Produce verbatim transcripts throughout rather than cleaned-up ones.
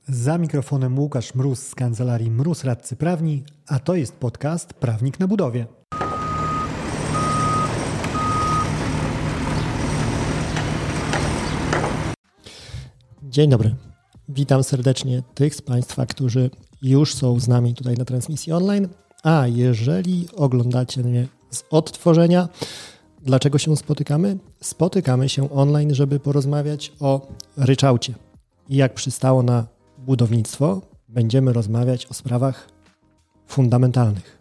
Za mikrofonem Łukasz Mróz z kancelarii Mróz Radcy Prawni, a to jest podcast Prawnik na budowie. Dzień dobry. Witam serdecznie tych z Państwa, którzy już są z nami tutaj na transmisji online, a jeżeli oglądacie mnie z odtworzenia, dlaczego się spotykamy? Spotykamy się online, żeby porozmawiać o ryczałcie. I jak przystało na budownictwo, będziemy rozmawiać o sprawach fundamentalnych.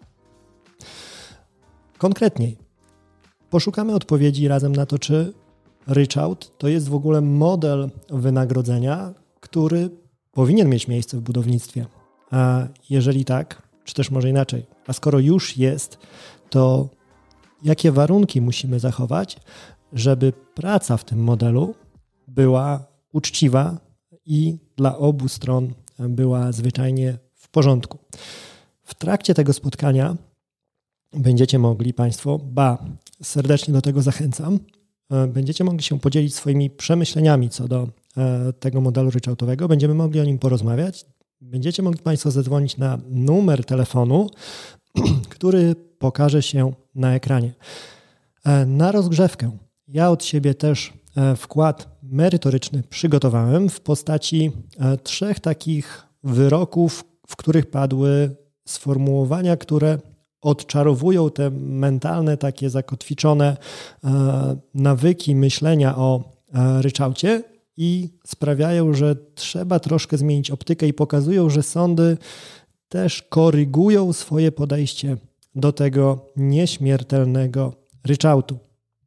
Konkretniej, poszukamy odpowiedzi razem na to, czy ryczałt to jest w ogóle model wynagrodzenia, który powinien mieć miejsce w budownictwie. A jeżeli tak, czy też może inaczej, a skoro już jest, to jakie warunki musimy zachować, żeby praca w tym modelu była uczciwa i dla obu stron była zwyczajnie w porządku. W trakcie tego spotkania będziecie mogli Państwo, ba, serdecznie do tego zachęcam, będziecie mogli się podzielić swoimi przemyśleniami co do tego modelu ryczałtowego. Będziemy mogli o nim porozmawiać. Będziecie mogli Państwo zadzwonić na numer telefonu, który pokaże się na ekranie. Na rozgrzewkę ja od siebie też wkład merytoryczny przygotowałem w postaci trzech takich wyroków, w których padły sformułowania, które odczarowują te mentalne, takie zakotwiczone nawyki myślenia o ryczałcie i sprawiają, że trzeba troszkę zmienić optykę i pokazują, że sądy też korygują swoje podejście do tego nieśmiertelnego ryczałtu.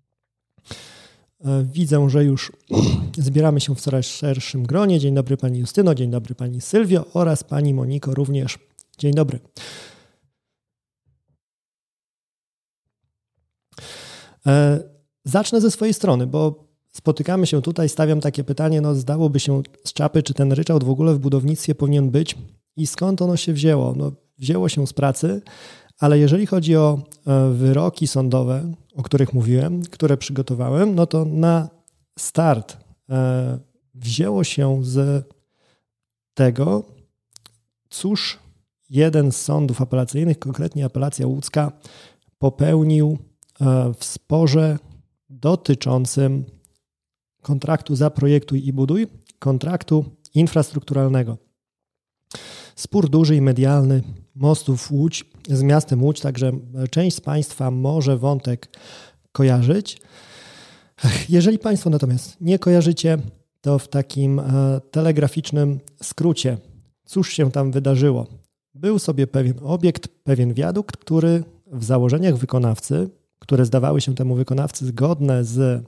Widzę, że już zbieramy się w coraz szerszym gronie. Dzień dobry Pani Justyno, dzień dobry Pani Sylwio oraz Pani Moniko również. Dzień dobry. Zacznę ze swojej strony, bo spotykamy się tutaj, stawiam takie pytanie, no zdałoby się z czapy, czy ten ryczałt w ogóle w budownictwie powinien być i skąd ono się wzięło? No, wzięło się z pracy, ale jeżeli chodzi o wyroki sądowe, o których mówiłem, które przygotowałem, no to na start wzięło się z tego, cóż jeden z sądów apelacyjnych, konkretnie apelacja łódzka, popełnił w sporze dotyczącym kontraktu Zaprojektuj i Buduj, kontraktu infrastrukturalnego. Spór duży i medialny Mostów Łódź z miastem Łódź, także część z Państwa może wątek kojarzyć. Jeżeli Państwo natomiast nie kojarzycie, to w takim telegraficznym skrócie, cóż się tam wydarzyło? Był sobie pewien obiekt, pewien wiadukt, który w założeniach wykonawcy, które zdawały się temu wykonawcy zgodne z,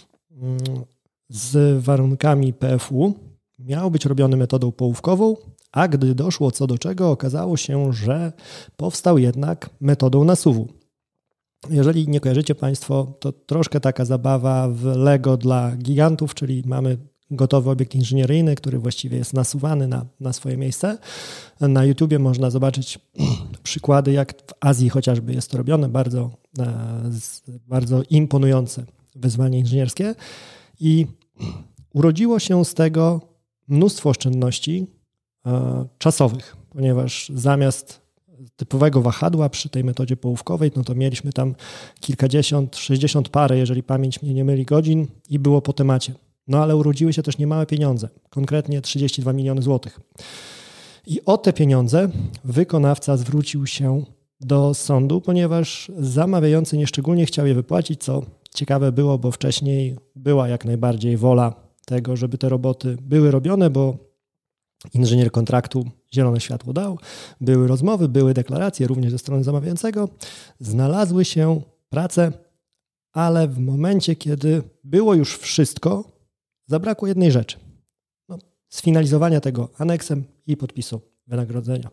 z warunkami P F U, miał być robiony metodą połówkową, a gdy doszło co do czego, okazało się, że powstał jednak metodą nasuwu. Jeżeli nie kojarzycie Państwo, to troszkę taka zabawa w Lego dla gigantów, czyli mamy gotowy obiekt inżynieryjny, który właściwie jest nasuwany na, na swoje miejsce. Na YouTubie można zobaczyć przykłady, jak w Azji chociażby jest to robione, bardzo, bardzo imponujące wyzwanie inżynierskie i urodziło się z tego mnóstwo oszczędności czasowych, ponieważ zamiast typowego wahadła przy tej metodzie połówkowej, no to mieliśmy tam kilkadziesiąt, sześćdziesiąt parę, jeżeli pamięć mnie nie myli, godzin i było po temacie. No ale urodziły się też niemałe pieniądze, konkretnie trzydzieści dwa miliony złotych. I o te pieniądze wykonawca zwrócił się do sądu, ponieważ zamawiający nieszczególnie chciał je wypłacić, co ciekawe było, bo wcześniej była jak najbardziej wola tego, żeby te roboty były robione, bo inżynier kontraktu zielone światło dał, były rozmowy, były deklaracje również ze strony zamawiającego, znalazły się prace, ale w momencie, kiedy było już wszystko, zabrakło jednej rzeczy. No, sfinalizowania tego aneksem i podpisu wynagrodzenia.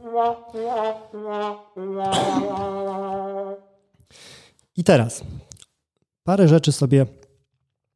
I teraz parę rzeczy sobie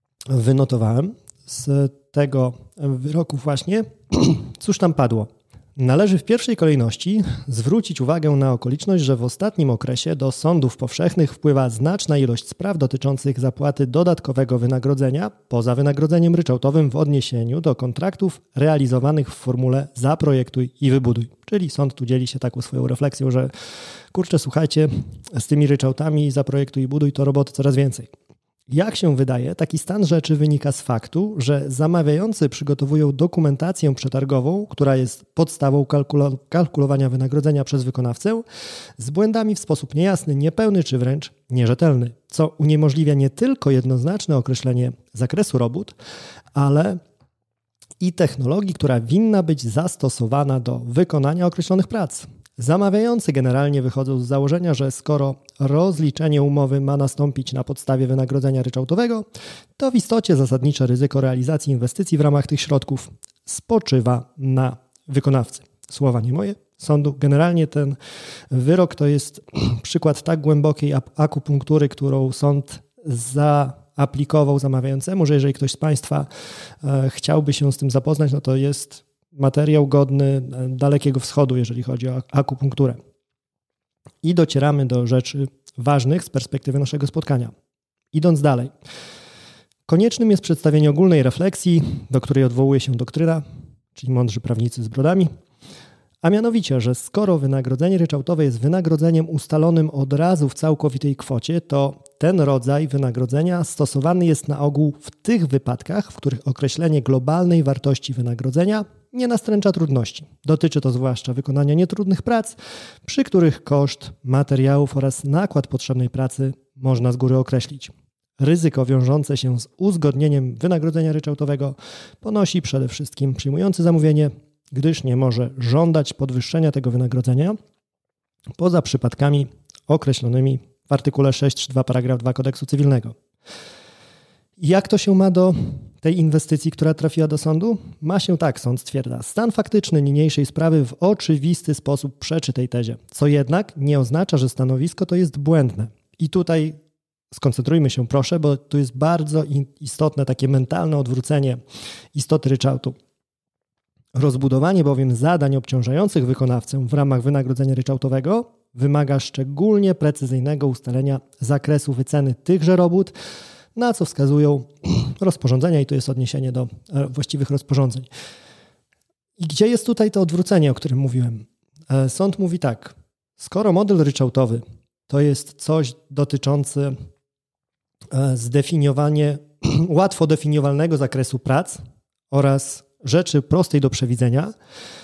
wynotowałem z tego wyroku właśnie. Cóż tam padło? Należy w pierwszej kolejności zwrócić uwagę na okoliczność, że w ostatnim okresie do sądów powszechnych wpływa znaczna ilość spraw dotyczących zapłaty dodatkowego wynagrodzenia poza wynagrodzeniem ryczałtowym w odniesieniu do kontraktów realizowanych w formule zaprojektuj i wybuduj. Czyli sąd tu dzieli się taką swoją refleksją, że kurczę, słuchajcie, z tymi ryczałtami zaprojektuj i buduj to roboty coraz więcej. Jak się wydaje, taki stan rzeczy wynika z faktu, że zamawiający przygotowują dokumentację przetargową, która jest podstawą kalkulo- kalkulowania wynagrodzenia przez wykonawcę, z błędami w sposób niejasny, niepełny czy wręcz nierzetelny, co uniemożliwia nie tylko jednoznaczne określenie zakresu robót, ale i technologii, która winna być zastosowana do wykonania określonych prac. Zamawiający generalnie wychodzą z założenia, że skoro rozliczenie umowy ma nastąpić na podstawie wynagrodzenia ryczałtowego, to w istocie zasadnicze ryzyko realizacji inwestycji w ramach tych środków spoczywa na wykonawcy. Słowa nie moje, sądu. Generalnie ten wyrok to jest przykład tak głębokiej akupunktury, którą sąd zaaplikował zamawiającemu, że jeżeli ktoś z Państwa chciałby się z tym zapoznać, no to jest materiał godny Dalekiego Wschodu, jeżeli chodzi o akupunkturę. I docieramy do rzeczy ważnych z perspektywy naszego spotkania. Idąc dalej. Koniecznym jest przedstawienie ogólnej refleksji, do której odwołuje się doktryna, czyli mądrzy prawnicy z brodami, a mianowicie, że skoro wynagrodzenie ryczałtowe jest wynagrodzeniem ustalonym od razu w całkowitej kwocie, to ten rodzaj wynagrodzenia stosowany jest na ogół w tych wypadkach, w których określenie globalnej wartości wynagrodzenia nie nastręcza trudności. Dotyczy to zwłaszcza wykonania nietrudnych prac, przy których koszt materiałów oraz nakład potrzebnej pracy można z góry określić. Ryzyko wiążące się z uzgodnieniem wynagrodzenia ryczałtowego ponosi przede wszystkim przyjmujący zamówienie, gdyż nie może żądać podwyższenia tego wynagrodzenia poza przypadkami określonymi w artykule sześć trzy dwa paragraf dwa Kodeksu Cywilnego. Jak to się ma do tej inwestycji, która trafiła do sądu? Ma się tak, sąd stwierdza. Stan faktyczny niniejszej sprawy w oczywisty sposób przeczy tej tezie, co jednak nie oznacza, że stanowisko to jest błędne. I tutaj skoncentrujmy się proszę, bo tu jest bardzo istotne takie mentalne odwrócenie istoty ryczałtu. Rozbudowanie bowiem zadań obciążających wykonawcę w ramach wynagrodzenia ryczałtowego wymaga szczególnie precyzyjnego ustalenia zakresu wyceny tychże robót, na co wskazują rozporządzenia i to jest odniesienie do właściwych rozporządzeń. I gdzie jest tutaj to odwrócenie, o którym mówiłem? Sąd mówi tak, skoro model ryczałtowy to jest coś dotyczące zdefiniowania, łatwo definiowalnego zakresu prac oraz rzeczy prostej do przewidzenia,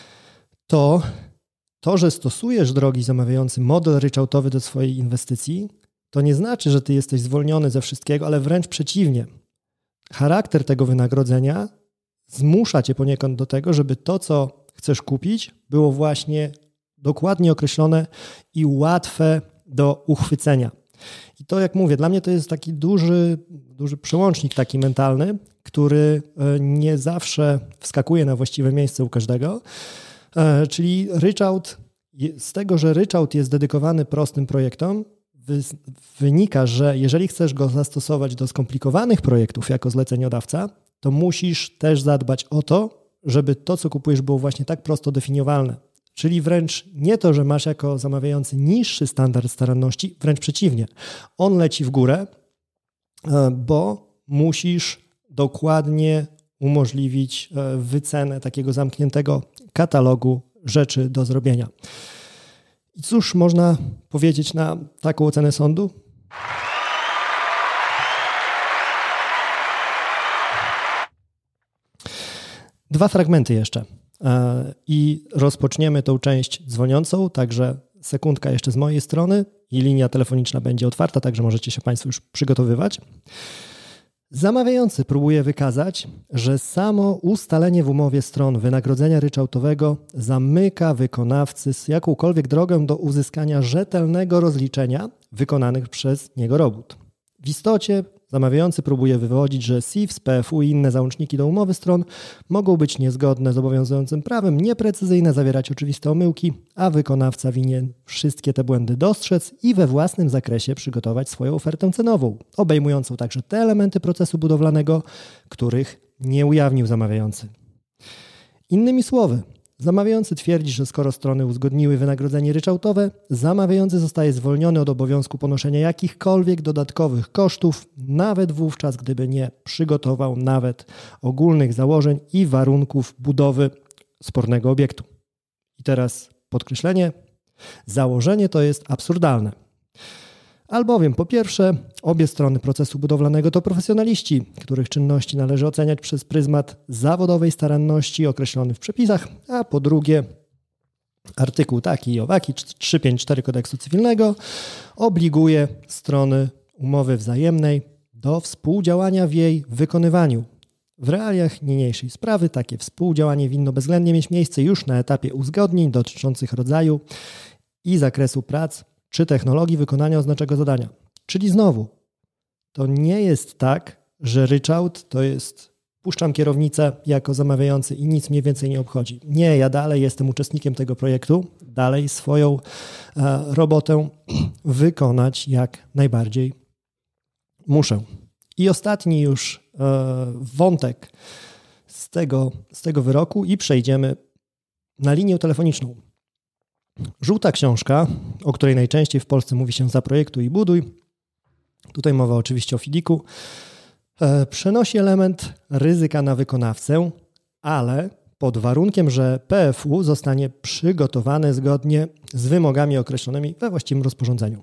to to, że stosujesz, drogi zamawiający, model ryczałtowy do swojej inwestycji, to nie znaczy, że ty jesteś zwolniony ze wszystkiego, ale wręcz przeciwnie. Charakter tego wynagrodzenia zmusza cię poniekąd do tego, żeby to, co chcesz kupić, było właśnie dokładnie określone i łatwe do uchwycenia. I to, jak mówię, dla mnie to jest taki duży, duży przełącznik taki mentalny, który nie zawsze wskakuje na właściwe miejsce u każdego. Czyli ryczałt, z tego, że ryczałt jest dedykowany prostym projektom, wynika, że jeżeli chcesz go zastosować do skomplikowanych projektów jako zleceniodawca, to musisz też zadbać o to, żeby to, co kupujesz, było właśnie tak prosto definiowalne. Czyli wręcz nie to, że masz jako zamawiający niższy standard staranności, wręcz przeciwnie. On leci w górę, bo musisz dokładnie umożliwić wycenę takiego zamkniętego katalogu rzeczy do zrobienia. I cóż można powiedzieć na taką ocenę sądu? Dwa fragmenty jeszcze i rozpoczniemy tą część dzwoniącą, także sekundka jeszcze z mojej strony i linia telefoniczna będzie otwarta, także możecie się Państwo już przygotowywać. Zamawiający próbuje wykazać, że samo ustalenie w umowie stron wynagrodzenia ryczałtowego zamyka wykonawcy z jakąkolwiek drogę do uzyskania rzetelnego rozliczenia wykonanych przez niego robót. W istocie zamawiający próbuje wywodzić, że S I F, P F U i inne załączniki do umowy stron mogą być niezgodne z obowiązującym prawem, nieprecyzyjne, zawierać oczywiste omyłki, a wykonawca winien wszystkie te błędy dostrzec i we własnym zakresie przygotować swoją ofertę cenową, obejmującą także te elementy procesu budowlanego, których nie ujawnił zamawiający. Innymi słowy, Zamawiający twierdzi, że skoro strony uzgodniły wynagrodzenie ryczałtowe, zamawiający zostaje zwolniony od obowiązku ponoszenia jakichkolwiek dodatkowych kosztów, nawet wówczas, gdyby nie przygotował nawet ogólnych założeń i warunków budowy spornego obiektu. I teraz podkreślenie, założenie to jest absurdalne. Albowiem po pierwsze, obie strony procesu budowlanego to profesjonaliści, których czynności należy oceniać przez pryzmat zawodowej staranności określony w przepisach, a po drugie, artykuł taki i owaki trzysta pięćdziesiąt cztery Kodeksu Cywilnego obliguje strony umowy wzajemnej do współdziałania w jej wykonywaniu. W realiach niniejszej sprawy takie współdziałanie winno bezwzględnie mieć miejsce już na etapie uzgodnień dotyczących rodzaju i zakresu prac czy technologii wykonania oznaczonego zadania. Czyli znowu, to nie jest tak, że ryczałt to jest puszczam kierownicę jako zamawiający i nic mnie więcej nie obchodzi. Nie, ja dalej jestem uczestnikiem tego projektu, dalej swoją e, robotę wykonać jak najbardziej muszę. I ostatni już e, wątek z tego, z tego wyroku i przejdziemy na linię telefoniczną. Żółta książka, o której najczęściej w Polsce mówi się zaprojektuj i buduj, tutaj mowa oczywiście o fidiku, e, przenosi element ryzyka na wykonawcę, ale pod warunkiem, że P F U zostanie przygotowane zgodnie z wymogami określonymi we właściwym rozporządzeniu.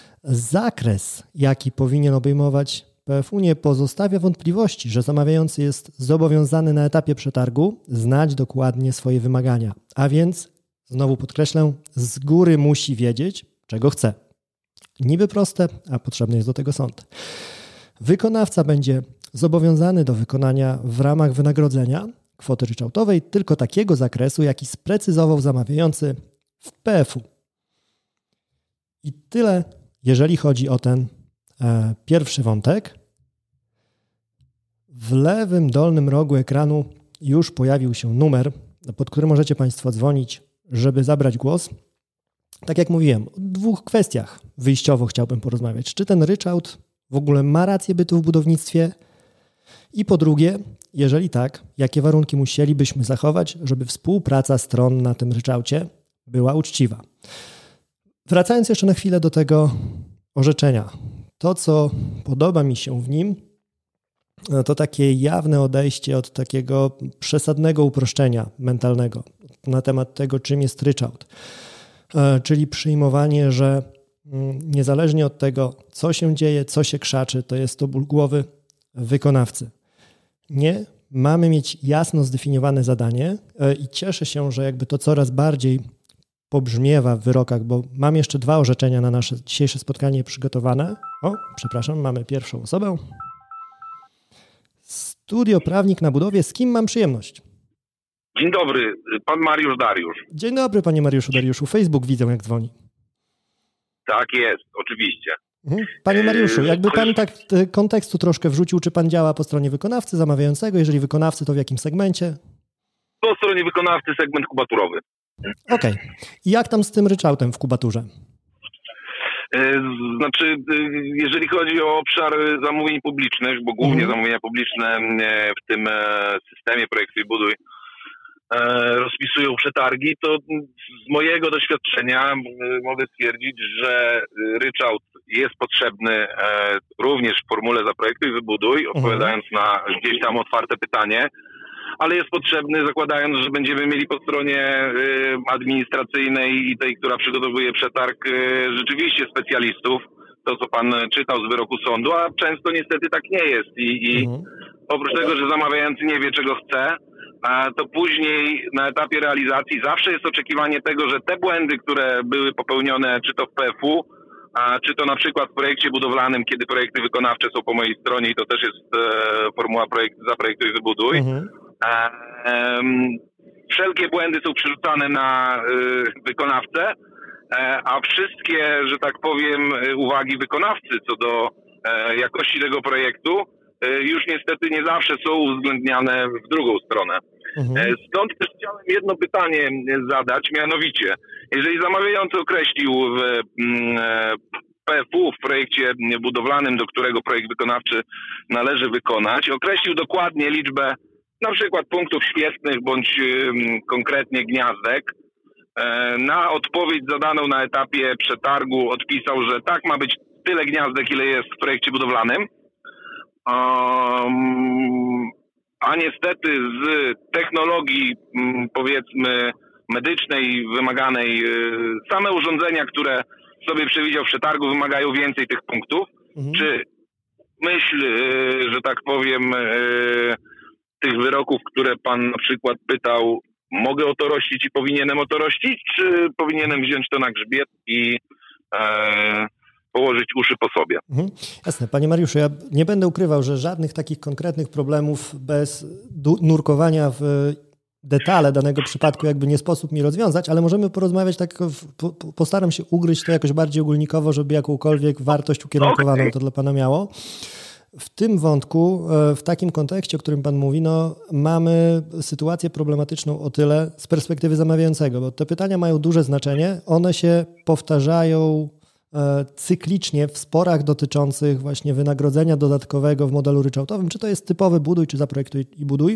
Zakres, jaki powinien obejmować P F U, nie pozostawia wątpliwości, że zamawiający jest zobowiązany na etapie przetargu znać dokładnie swoje wymagania, a więc znowu podkreślę, z góry musi wiedzieć, czego chce. Niby proste, a potrzebny jest do tego sąd. Wykonawca będzie zobowiązany do wykonania w ramach wynagrodzenia kwoty ryczałtowej tylko takiego zakresu, jaki sprecyzował zamawiający w P F U. I tyle, jeżeli chodzi o ten e, pierwszy wątek. W lewym dolnym rogu ekranu już pojawił się numer, pod który możecie Państwo dzwonić, żeby zabrać głos. Tak jak mówiłem, o dwóch kwestiach wyjściowo chciałbym porozmawiać. Czy ten ryczałt w ogóle ma rację bytu w budownictwie? I po drugie, jeżeli tak, jakie warunki musielibyśmy zachować, żeby współpraca stron na tym ryczałcie była uczciwa? Wracając jeszcze na chwilę do tego orzeczenia. To, co podoba mi się w nim, to takie jawne odejście od takiego przesadnego uproszczenia mentalnego na temat tego, czym jest ryczałt. Czyli przyjmowanie, że niezależnie od tego, co się dzieje, co się krzaczy, to jest to ból głowy wykonawcy. Nie, mamy mieć jasno zdefiniowane zadanie i cieszę się, że jakby to coraz bardziej pobrzmiewa w wyrokach, bo mam jeszcze dwa orzeczenia na nasze dzisiejsze spotkanie przygotowane. O, przepraszam, mamy pierwszą osobę. Studio Prawnik na Budowie. Z kim mam przyjemność? Dzień dobry, pan Mariusz Dariusz. Dzień dobry, panie Mariuszu Dariuszu. Facebook widzę, jak dzwoni. Tak jest, oczywiście. Mhm. Panie Mariuszu, jakby pan tak kontekstu troszkę wrzucił, czy pan działa po stronie wykonawcy, zamawiającego? Jeżeli wykonawcy, to w jakim segmencie? Po stronie wykonawcy segment kubaturowy. Okej. Okay. I jak tam z tym ryczałtem w kubaturze? Znaczy, jeżeli chodzi o obszar zamówień publicznych, bo głównie mhm. zamówienia publiczne w tym systemie Projektuj i Buduj rozpisują przetargi, to z mojego doświadczenia mogę stwierdzić, że ryczałt jest potrzebny również w formule Zaprojektuj i Wybuduj, odpowiadając na gdzieś tam otwarte pytanie, ale jest potrzebny zakładając, że będziemy mieli po stronie administracyjnej i tej, która przygotowuje przetarg, rzeczywiście specjalistów, to co pan czytał z wyroku sądu, a często niestety tak nie jest i, i mhm. oprócz tego, że zamawiający nie wie, czego chce, to później na etapie realizacji zawsze jest oczekiwanie tego, że te błędy, które były popełnione czy to w P F U, a czy to na przykład w projekcie budowlanym, kiedy projekty wykonawcze są po mojej stronie i to też jest e, formuła projekt, Zaprojektuj i Wybuduj, mhm. e, e, wszelkie błędy są przerzucane na e, wykonawcę, e, a wszystkie, że tak powiem, uwagi wykonawcy co do e, jakości tego projektu już niestety nie zawsze są uwzględniane w drugą stronę. Mhm. Stąd też chciałem jedno pytanie zadać, mianowicie, jeżeli zamawiający określił w P F U, w projekcie budowlanym, do którego projekt wykonawczy należy wykonać, określił dokładnie liczbę na przykład punktów świetnych bądź konkretnie gniazdek. Na odpowiedź zadaną na etapie przetargu odpisał, że tak, ma być tyle gniazdek, ile jest w projekcie budowlanym. Um, a niestety z technologii, powiedzmy, medycznej wymaganej, same urządzenia, które sobie przewidział w przetargu, wymagają więcej tych punktów. Mhm. Czy myśl, że tak powiem, tych wyroków, które pan na przykład pytał, mogę o to rościć i powinienem o to rościć, czy powinienem wziąć to na grzbiet i e, położyć uszy po sobie? Mhm. Jasne. Panie Mariuszu, ja nie będę ukrywał, że żadnych takich konkretnych problemów bez du- nurkowania w detale danego przypadku jakby nie sposób mi rozwiązać, ale możemy porozmawiać tak, w, po, postaram się ugryźć to jakoś bardziej ogólnikowo, żeby jakąkolwiek wartość ukierunkowaną okay. to dla pana miało. W tym wątku, w takim kontekście, o którym pan mówi, no, mamy sytuację problematyczną o tyle z perspektywy zamawiającego, bo te pytania mają duże znaczenie. One się powtarzają cyklicznie w sporach dotyczących właśnie wynagrodzenia dodatkowego w modelu ryczałtowym, czy to jest typowy buduj, czy zaprojektuj i buduj,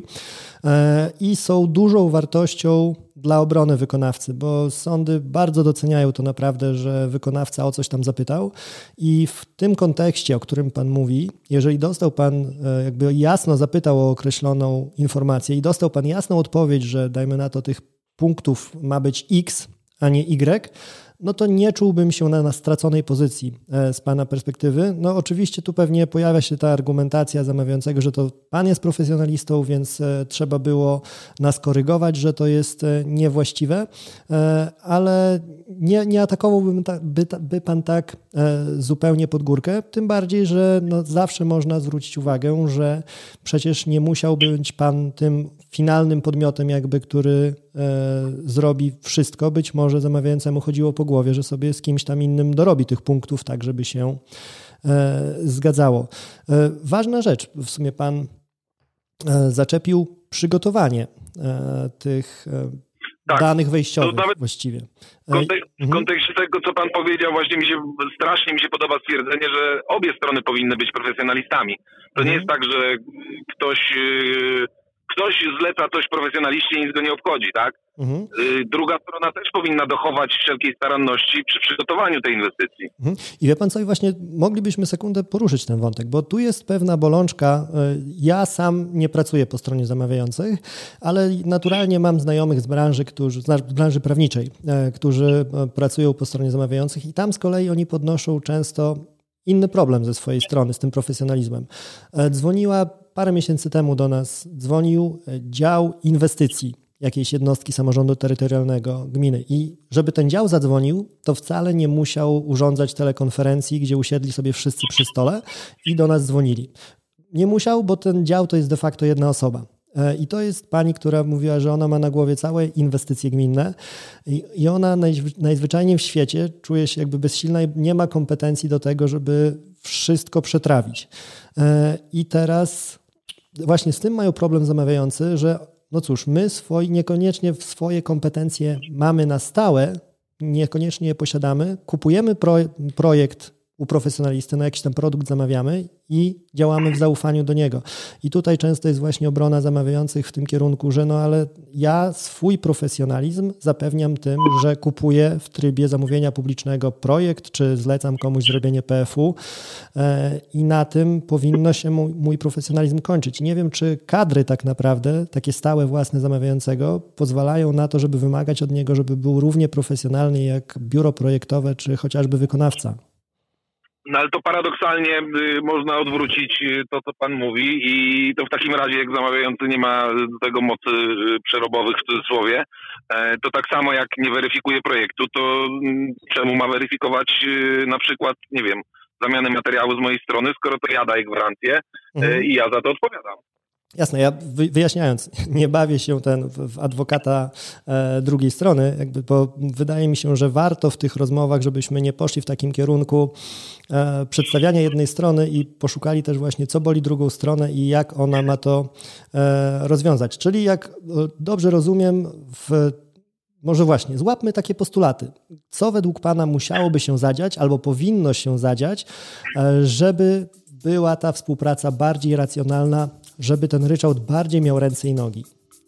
i są dużą wartością dla obrony wykonawcy, bo sądy bardzo doceniają to naprawdę, że wykonawca o coś tam zapytał i w tym kontekście, o którym pan mówi, jeżeli dostał pan, jakby jasno zapytał o określoną informację i dostał pan jasną odpowiedź, że dajmy na to tych punktów ma być X, a nie Y, no to nie czułbym się na, na straconej pozycji z pana perspektywy. No oczywiście tu pewnie pojawia się ta argumentacja zamawiającego, że to pan jest profesjonalistą, więc trzeba było nas korygować, że to jest niewłaściwe, ale nie, nie atakowałbym ta, by, by pan tak zupełnie pod górkę, tym bardziej, że no zawsze można zwrócić uwagę, że przecież nie musiał być pan tym finalnym podmiotem jakby, który e, zrobi wszystko. Być może zamawiającemu chodziło po głowie, że sobie z kimś tam innym dorobi tych punktów tak, żeby się e, zgadzało. E, ważna rzecz, w sumie pan e, zaczepił przygotowanie e, tych e, tak, danych wejściowych nawet właściwie. W, kontek- w kontekście tego, co pan powiedział, właśnie mi się strasznie mi się podoba stwierdzenie, że obie strony powinny być profesjonalistami. To mhm. nie jest tak, że ktoś... Yy, Ktoś zleca coś profesjonaliście i nic go nie obchodzi, tak? Mhm. Druga strona też powinna dochować wszelkiej staranności przy przygotowaniu tej inwestycji. Mhm. I wie pan co, i właśnie moglibyśmy sekundę poruszyć ten wątek, bo tu jest pewna bolączka. Ja sam nie pracuję po stronie zamawiających, ale naturalnie mam znajomych z branży, którzy, z branży prawniczej, którzy pracują po stronie zamawiających i tam z kolei oni podnoszą często inny problem ze swojej strony z tym profesjonalizmem. Dzwoniła parę miesięcy temu do nas, dzwonił dział inwestycji jakiejś jednostki samorządu terytorialnego gminy i żeby ten dział zadzwonił, to wcale nie musiał urządzać telekonferencji, gdzie usiedli sobie wszyscy przy stole i do nas dzwonili. Nie musiał, bo ten dział to jest de facto jedna osoba. I to jest pani, która mówiła, że ona ma na głowie całe inwestycje gminne i ona najzwyczajniej w świecie czuje się jakby bezsilna i nie ma kompetencji do tego, żeby wszystko przetrawić. I teraz właśnie z tym mają problem zamawiający, że no cóż, my swoi, niekoniecznie swoje kompetencje mamy na stałe, niekoniecznie je posiadamy, kupujemy pro, projekt u profesjonalisty, na jakiś tam produkt zamawiamy i działamy w zaufaniu do niego. I tutaj często jest właśnie obrona zamawiających w tym kierunku, że no ale ja swój profesjonalizm zapewniam tym, że kupuję w trybie zamówienia publicznego projekt, czy zlecam komuś zrobienie P F U i na tym powinno się mój, mój profesjonalizm kończyć. I nie wiem, czy kadry tak naprawdę, takie stałe własne zamawiającego, pozwalają na to, żeby wymagać od niego, żeby był równie profesjonalny jak biuro projektowe, czy chociażby wykonawca. No ale to paradoksalnie y, można odwrócić to, co pan mówi i to w takim razie, jak zamawiający nie ma do tego mocy y, przerobowych w cudzysłowie, e, to tak samo jak nie weryfikuje projektu, to y, czemu ma weryfikować y, na przykład, nie wiem, zamianę materiału z mojej strony, skoro to ja daję gwarancję mhm. y, i ja za to odpowiadam. Jasne, ja wyjaśniając, nie bawię się ten w adwokata e, drugiej strony, jakby, bo wydaje mi się, że warto w tych rozmowach, żebyśmy nie poszli w takim kierunku e, przedstawiania jednej strony i poszukali też właśnie, co boli drugą stronę i jak ona ma to e, rozwiązać. Czyli jak dobrze rozumiem, w, może właśnie złapmy takie postulaty. Co według pana musiałoby się zadziać albo powinno się zadziać, e, żeby była ta współpraca bardziej racjonalna, żeby ten ryczałt bardziej miał ręce i nogi?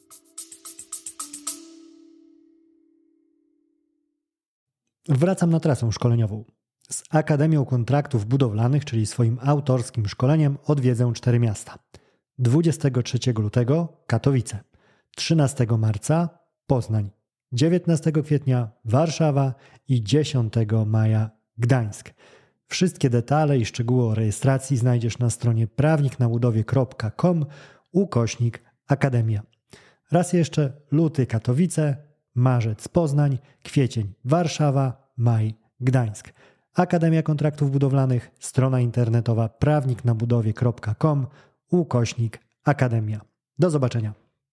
Wracam na trasę szkoleniową. Z Akademią Kontraktów Budowlanych, czyli swoim autorskim szkoleniem, odwiedzę cztery miasta. dwudziestego trzeciego lutego Katowice, trzynastego marca Poznań, dziewiętnastego kwietnia Warszawa i dziesiątego maja Gdańsk. Wszystkie detale i szczegóły o rejestracji znajdziesz na stronie prawniknabudowie kropka com ukośnik Akademia. Raz jeszcze luty Katowice, marzec Poznań, kwiecień Warszawa, maj Gdańsk. Akademia Kontraktów Budowlanych, strona internetowa prawniknabudowie kropka com ukośnik Akademia. Do zobaczenia.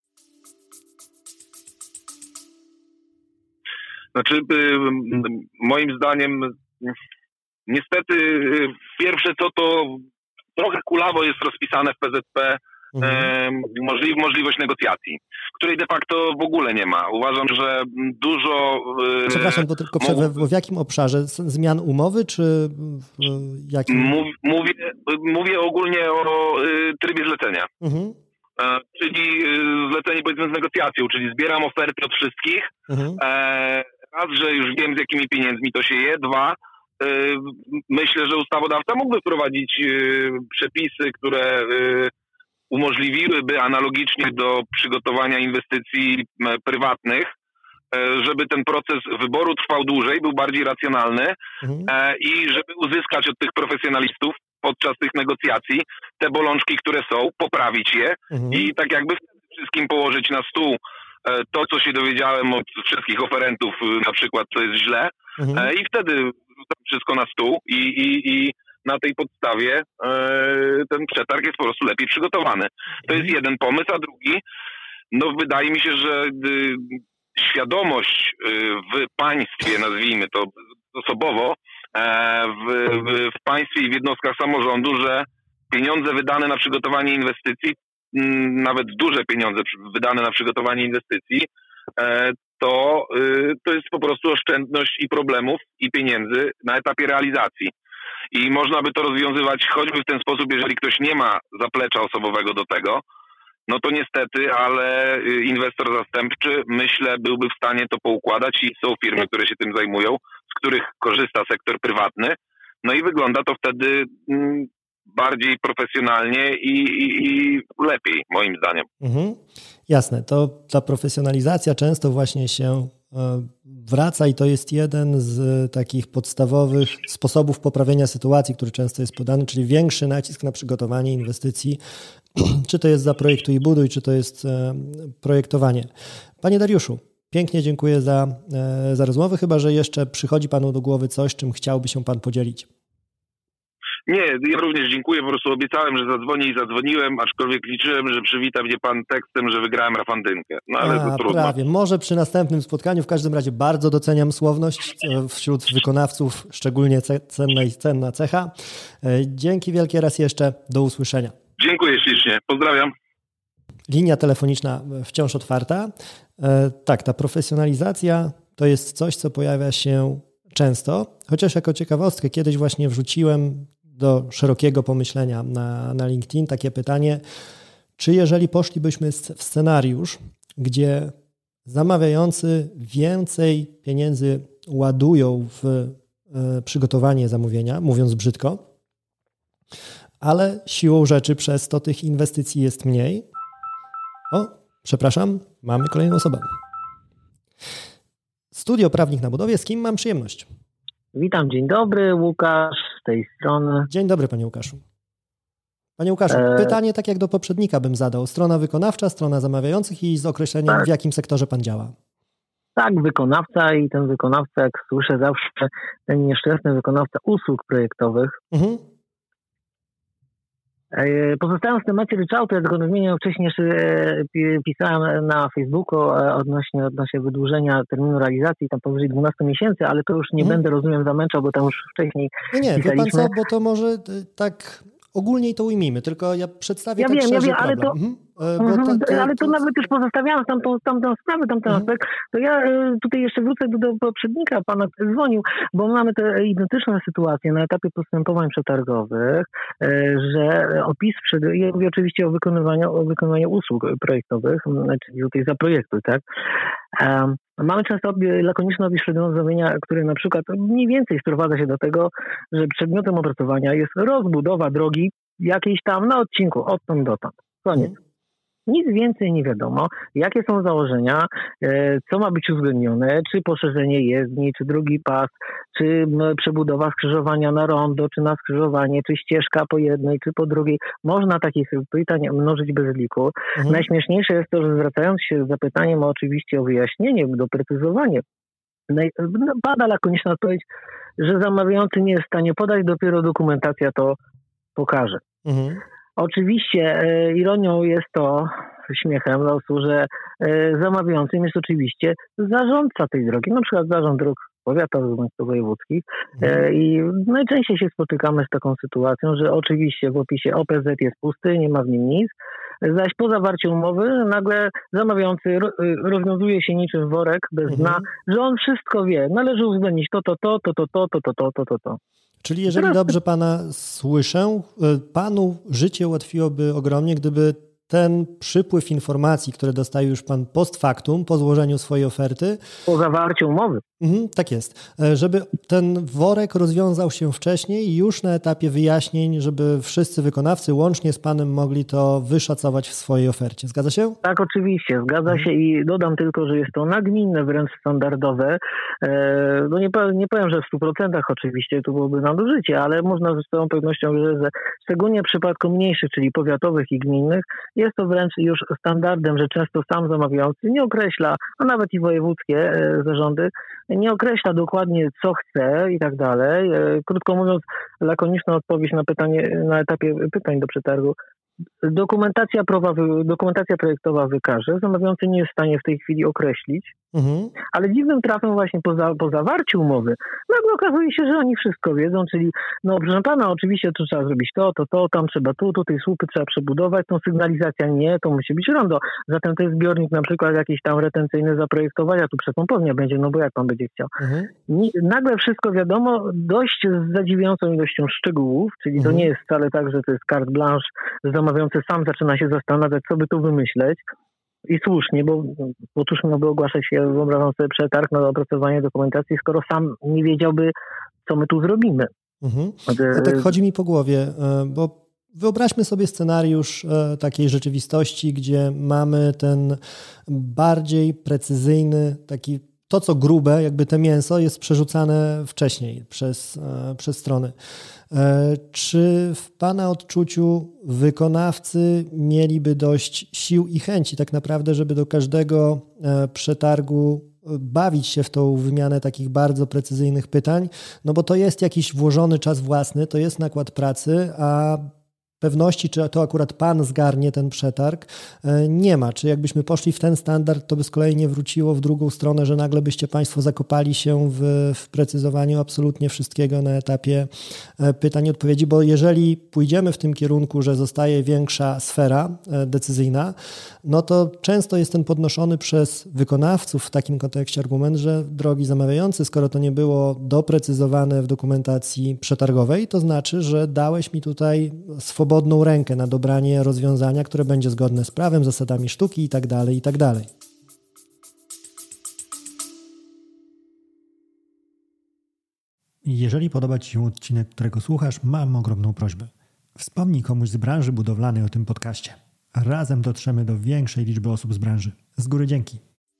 Znaczy, moim zdaniem, niestety, pierwsze co to trochę kulawo jest rozpisane w P Z P mhm. możli- możliwość negocjacji, której de facto w ogóle nie ma. Uważam, że dużo... Przepraszam, bo tylko przerwę, w, w jakim obszarze? Zmian umowy, czy w jakim? Mów, mówię, mówię ogólnie o trybie zlecenia. Mhm. Czyli zlecenie, powiedzmy, z negocjacją, czyli zbieram oferty od wszystkich. Mhm. Raz, że już wiem, z jakimi pieniędzmi to się je. Dwa, myślę, że ustawodawca mógłby wprowadzić przepisy, które umożliwiłyby analogicznie do przygotowania inwestycji prywatnych, żeby ten proces wyboru trwał dłużej, był bardziej racjonalny mhm. i żeby uzyskać od tych profesjonalistów podczas tych negocjacji te bolączki, które są, poprawić je mhm. i tak jakby wszystkim położyć na stół to, co się dowiedziałem od wszystkich oferentów, na przykład, co jest źle mhm. i wtedy rzucam wszystko na stół i, i, i na tej podstawie ten przetarg jest po prostu lepiej przygotowany. To jest jeden pomysł, a drugi, no wydaje mi się, że świadomość w państwie, nazwijmy to osobowo, w, w, w państwie i w jednostkach samorządu, że pieniądze wydane na przygotowanie inwestycji, nawet duże pieniądze wydane na przygotowanie inwestycji, to, to jest po prostu oszczędność i problemów, i pieniędzy na etapie realizacji. I można by to rozwiązywać choćby w ten sposób, jeżeli ktoś nie ma zaplecza osobowego do tego, no to niestety, ale inwestor zastępczy, myślę, byłby w stanie to poukładać i są firmy, które się tym zajmują, z których korzysta sektor prywatny. No i wygląda to wtedy bardziej profesjonalnie i, i, i lepiej, moim zdaniem. Mhm. Jasne, to ta profesjonalizacja często właśnie się wraca i to jest jeden z takich podstawowych sposobów poprawienia sytuacji, który często jest podany, czyli większy nacisk na przygotowanie inwestycji, czy to jest zaprojektuj i buduj, czy to jest projektowanie. Panie Dariuszu, pięknie dziękuję za, za rozmowę, chyba że jeszcze przychodzi Panu do głowy coś, czym chciałby się Pan podzielić. Nie, ja również dziękuję, po prostu obiecałem, że zadzwonię i zadzwoniłem, aczkolwiek liczyłem, że przywita mnie pan tekstem, że wygrałem rafandynkę. No ale A, to trudno. Prawie. Może przy następnym spotkaniu, w każdym razie bardzo doceniam słowność wśród wykonawców, szczególnie cenna i cenna cecha. Dzięki wielkie raz jeszcze, do usłyszenia. Dziękuję ślicznie, pozdrawiam. Linia telefoniczna wciąż otwarta. Tak, ta profesjonalizacja to jest coś, co pojawia się często, chociaż jako ciekawostkę kiedyś właśnie wrzuciłem do szerokiego pomyślenia na, na LinkedIn takie pytanie, czy jeżeli poszlibyśmy w scenariusz, gdzie zamawiający więcej pieniędzy ładują w y, przygotowanie zamówienia, mówiąc brzydko, ale siłą rzeczy przez to tych inwestycji jest mniej. O, przepraszam, mamy kolejną osobę. Studio Prawnik na Budowie, z kim mam przyjemność? Witam, dzień dobry, Łukasz z tej strony. Dzień dobry, panie Łukaszu. Panie Łukaszu, e... pytanie tak jak do poprzednika bym zadał. Strona wykonawcza, strona zamawiających i z określeniem, tak. w jakim sektorze pan działa. Tak, wykonawca i ten wykonawca, jak słyszę zawsze, ten nieszczęsny wykonawca usług projektowych. Mhm. Pozostając w temacie ryczałtu, ja tylko nadmienię, wcześniej jeszcze pisałem na Facebooku odnośnie, odnośnie wydłużenia terminu realizacji, tam powyżej dwunastu miesięcy, ale to już nie hmm. będę, rozumiem, zamęczał, bo tam już wcześniej Nie, nie, pisaliśmy. Wie pan co, bo to może tak ogólniej to ujmijmy, tylko ja przedstawię ja tak wiem, szerzej ja wiem, ale problem. to, mhm. Bo to, to, ale to, to nawet już pozostawiając tamtą, tamtą sprawę, tamten mhm. aspekt, to ja tutaj jeszcze wrócę do, do poprzednika, pana, który dzwonił, bo mamy te identyczne sytuacje na etapie postępowań przetargowych, że opis, przed, ja mówię oczywiście o wykonywaniu, o wykonywaniu usług projektowych, czyli tutaj zaprojektuj, tak? Um, mamy często lakoniczny opis przedmiotu zamówienia, który na przykład mniej więcej sprowadza się do tego, że przedmiotem opracowania jest rozbudowa drogi jakiejś tam na odcinku, odtąd dotąd. Koniec. Mhm. Nic więcej nie wiadomo, jakie są założenia, co ma być uwzględnione, czy poszerzenie jezdni, czy drugi pas, czy przebudowa skrzyżowania na rondo, czy na skrzyżowanie, czy ścieżka po jednej, czy po drugiej. Można takich pytań mnożyć bez liku. Mhm. Najśmieszniejsze jest to, że zwracając się z zapytaniem oczywiście o wyjaśnienie, doprecyzowanie, pada lakoniczna odpowiedź, że zamawiający nie jest w stanie podać, dopiero dokumentacja to pokaże. Mhm. Oczywiście e, ironią jest to, śmiechem losu, że e, zamawiającym jest oczywiście zarządca tej drogi, na przykład zarząd dróg powiatowych bądź wojewódzkich e, i najczęściej się spotykamy z taką sytuacją, że oczywiście w opisie O P Z jest pusty, nie ma w nim nic, zaś po zawarciu umowy nagle zamawiający ro, rozwiązuje się niczym worek bez dna, mhm. że on wszystko wie, należy uwzględnić to, to, to, to, to, to, to, to, to, to, to, to. Czyli jeżeli Teraz... dobrze pana słyszę, panu życie ułatwiłoby ogromnie, gdyby ten przypływ informacji, które dostaje już pan post factum, po złożeniu swojej oferty. Po zawarciu umowy. Mhm, tak jest. Żeby ten worek rozwiązał się wcześniej, już na etapie wyjaśnień, żeby wszyscy wykonawcy łącznie z panem mogli to wyszacować w swojej ofercie. Zgadza się? Tak, oczywiście. Zgadza mhm. się i dodam tylko, że jest to nagminne, wręcz standardowe. No nie, nie powiem, że w stu procentach oczywiście to byłoby nadużycie, ale można z całą pewnością, że szczególnie w przypadku mniejszych, czyli powiatowych i gminnych, jest to wręcz już standardem, że często sam zamawiający nie określa, a nawet i wojewódzkie e, zarządy, nie określa dokładnie co chce i tak dalej. E, krótko mówiąc, lakoniczna odpowiedź na pytanie, na etapie pytań do przetargu. Dokumentacja, prowa, dokumentacja projektowa wykaże, zamawiający nie jest w stanie w tej chwili określić, mhm. ale dziwnym trafem właśnie po, za, po zawarciu umowy nagle okazuje się, że oni wszystko wiedzą, czyli no proszę pana, oczywiście tu trzeba zrobić to, to, to, tam trzeba tu, tutaj słupy trzeba przebudować, tą sygnalizacja nie, to musi być rondo, zatem to jest zbiornik na przykład jakiś tam retencyjny zaprojektować, a tu przepompownia będzie, no bo jak pan będzie chciał. Mhm. Nagle wszystko wiadomo, dość z zadziwiającą ilością szczegółów, czyli mhm. to nie jest wcale tak, że to jest carte blanche, że zamawiający sam zaczyna się zastanawiać, co by tu wymyśleć. I słusznie, bo otóż miałby ogłaszać się, wyobrażam sobie, przetarg na opracowanie dokumentacji, skoro sam nie wiedziałby, co my tu zrobimy. Mhm. No tak chodzi mi po głowie, bo wyobraźmy sobie scenariusz takiej rzeczywistości, gdzie mamy ten bardziej precyzyjny, taki to, co grube, jakby te mięso jest przerzucane wcześniej przez, przez strony. Czy w pana odczuciu wykonawcy mieliby dość sił i chęci tak naprawdę, żeby do każdego przetargu bawić się w tą wymianę takich bardzo precyzyjnych pytań? No bo to jest jakiś włożony czas własny, to jest nakład pracy, a pewności, czy to akurat pan zgarnie ten przetarg, nie ma. Czy jakbyśmy poszli w ten standard, to by z kolei nie wróciło w drugą stronę, że nagle byście państwo zakopali się w, w precyzowaniu absolutnie wszystkiego na etapie pytań i odpowiedzi, bo jeżeli pójdziemy w tym kierunku, że zostaje większa sfera decyzyjna, no to często jest ten podnoszony przez wykonawców w takim kontekście argument, że drogi zamawiający, skoro to nie było doprecyzowane w dokumentacji przetargowej, to znaczy, że dałeś mi tutaj swobodną rękę na dobranie rozwiązania, które będzie zgodne z prawem, zasadami sztuki i tak dalej, i tak dalej. Jeżeli podoba ci się odcinek, którego słuchasz, mam ogromną prośbę. Wspomnij komuś z branży budowlanej o tym podcaście. Razem dotrzemy do większej liczby osób z branży. Z góry dzięki.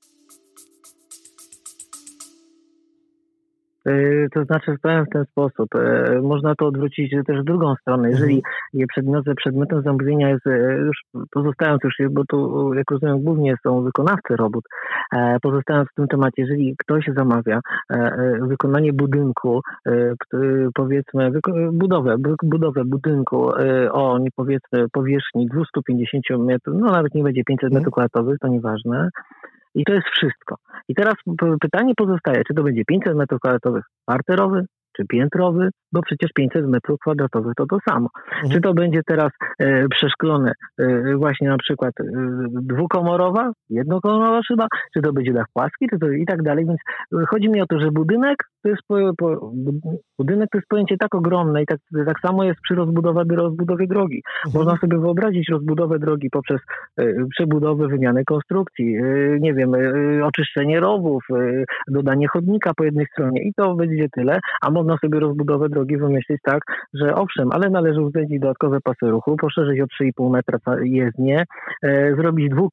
To znaczy powiem w ten sposób. Można to odwrócić też w drugą stronę. Jeżeli mhm. przedmiot, przedmiotem zamówienia jest, już pozostając już, bo tu jak rozumiem głównie są wykonawcy robót, pozostając w tym temacie, jeżeli ktoś zamawia wykonanie budynku, powiedzmy budowę, budowę budynku o nie powiedzmy powierzchni dwieście pięćdziesiąt metrów, no nawet nie będzie pięćset metrów kwadratowych, to nieważne. I to jest wszystko. I teraz pytanie pozostaje, czy to będzie pięćset metrów kwadratowych parterowy, czy czy piętrowy, bo przecież pięćset metrów kwadratowych to to samo. Mhm. Czy to będzie teraz e, przeszklone e, właśnie na przykład e, dwukomorowa, jednokomorowa szyba, czy to będzie dach płaski, czy to i tak dalej. Więc chodzi mi o to, że budynek to jest, po, po, budynek to jest pojęcie tak ogromne i tak, tak samo jest przy rozbudowie, rozbudowie drogi. Mhm. Można sobie wyobrazić rozbudowę drogi poprzez e, przebudowę, wymianę konstrukcji, e, nie wiem, e, oczyszczenie rowów, e, dodanie chodnika po jednej stronie i to będzie tyle, a można sobie rozbudowę drogi wymyślić tak, że owszem, ale należy uwzględnić dodatkowe pasy ruchu, poszerzyć o trzy i pół metra jezdnię, e, zrobić dwóch,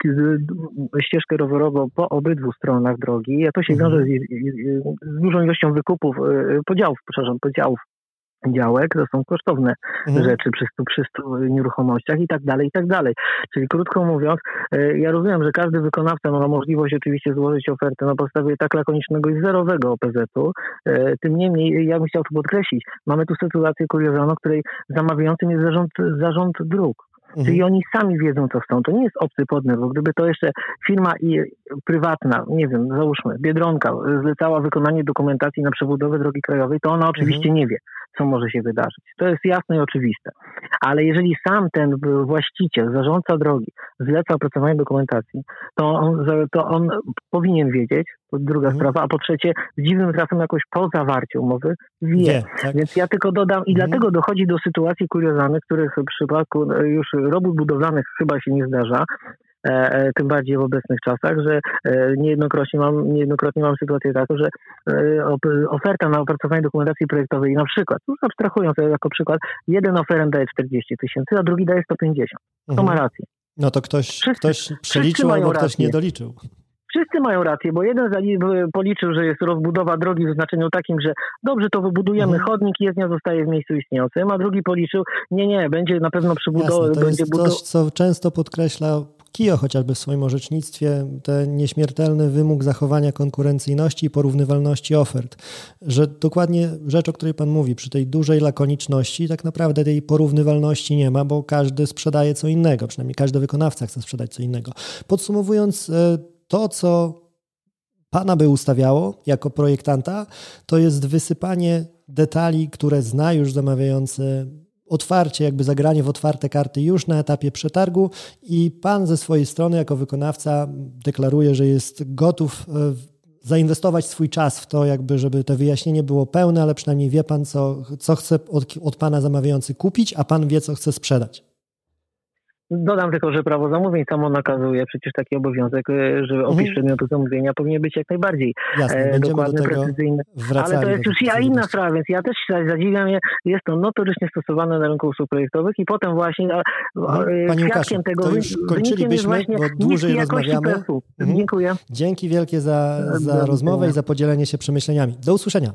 ścieżkę rowerową po obydwu stronach drogi, a to się wiąże z, z dużą ilością wykupów, e, podziałów, przepraszam, podziałów działek, to są kosztowne mhm. rzeczy przy stu, przy stu nieruchomościach i tak dalej, i tak dalej. Czyli krótko mówiąc, ja rozumiem, że każdy wykonawca ma możliwość oczywiście złożyć ofertę na podstawie tak lakonicznego i zerowego O P Z-u. Tym niemniej, ja bym chciał tu podkreślić, mamy tu sytuację kuriozalną, w której zamawiającym jest zarząd, zarząd dróg. Mhm. Czyli oni sami wiedzą, co chcą. To nie jest obcy podmiot, bo gdyby to jeszcze firma i prywatna, nie wiem, załóżmy, Biedronka zlecała wykonanie dokumentacji na przebudowę drogi krajowej, to ona oczywiście mhm. nie wie, co może się wydarzyć. To jest jasne i oczywiste. Ale jeżeli sam ten właściciel, zarządca drogi zleca opracowanie dokumentacji, to on, to on powinien wiedzieć, to druga mhm. sprawa, a po trzecie z dziwnym trafem jakoś po zawarciu umowy wie. wie tak. Więc ja tylko dodam i mhm. dlatego dochodzi do sytuacji kuriozalnych, których w przypadku już robót budowlanych chyba się nie zdarza, E, tym bardziej w obecnych czasach, że e, niejednokrotnie mam, niejednokrotnie mam sytuację taką, że e, op, oferta na opracowanie dokumentacji projektowej na przykład, już abstrahując jako przykład, jeden oferent daje czterdzieści tysięcy, a drugi daje sto pięćdziesiąt. Kto mhm. ma rację? No to ktoś, wszyscy, ktoś przeliczył albo ktoś rację. nie doliczył. Wszyscy mają rację, bo jeden policzył, że jest rozbudowa drogi w znaczeniu takim, że dobrze, to wybudujemy mhm. chodnik, jezdnia zostaje w miejscu istniejącym, a drugi policzył, nie, nie, będzie na pewno przybudowa. To będzie jest coś, co często podkreśla KIO chociażby w swoim orzecznictwie, ten nieśmiertelny wymóg zachowania konkurencyjności i porównywalności ofert. Że dokładnie rzecz, o której Pan mówi, przy tej dużej lakoniczności tak naprawdę tej porównywalności nie ma, bo każdy sprzedaje co innego, przynajmniej każdy wykonawca chce sprzedać co innego. Podsumowując, to, co Pana by ustawiało jako projektanta, to jest wysypanie detali, które zna już zamawiający, otwarcie, jakby zagranie w otwarte karty już na etapie przetargu i Pan ze swojej strony jako wykonawca deklaruje, że jest gotów zainwestować swój czas w to, jakby żeby to wyjaśnienie było pełne, ale przynajmniej wie Pan, co, co chce od, od Pana zamawiający kupić, a Pan wie, co chce sprzedać. Dodam tylko, że prawo zamówień samo nakazuje przecież taki obowiązek, że opis mhm. przedmiotu zamówienia powinien być jak najbardziej Jasne, dokładny, precyzyjny. Ale to jest już ja inna sprawa, więc ja też zadziwiam je. Jest to notorycznie stosowane na rynku usług projektowych i potem właśnie Panie Łukaszu, tego to już kończylibyśmy, bo dłużej rozmawiamy. Mhm. Dziękuję. Dzięki wielkie za, za rozmowę i za podzielenie się przemyśleniami. Do usłyszenia.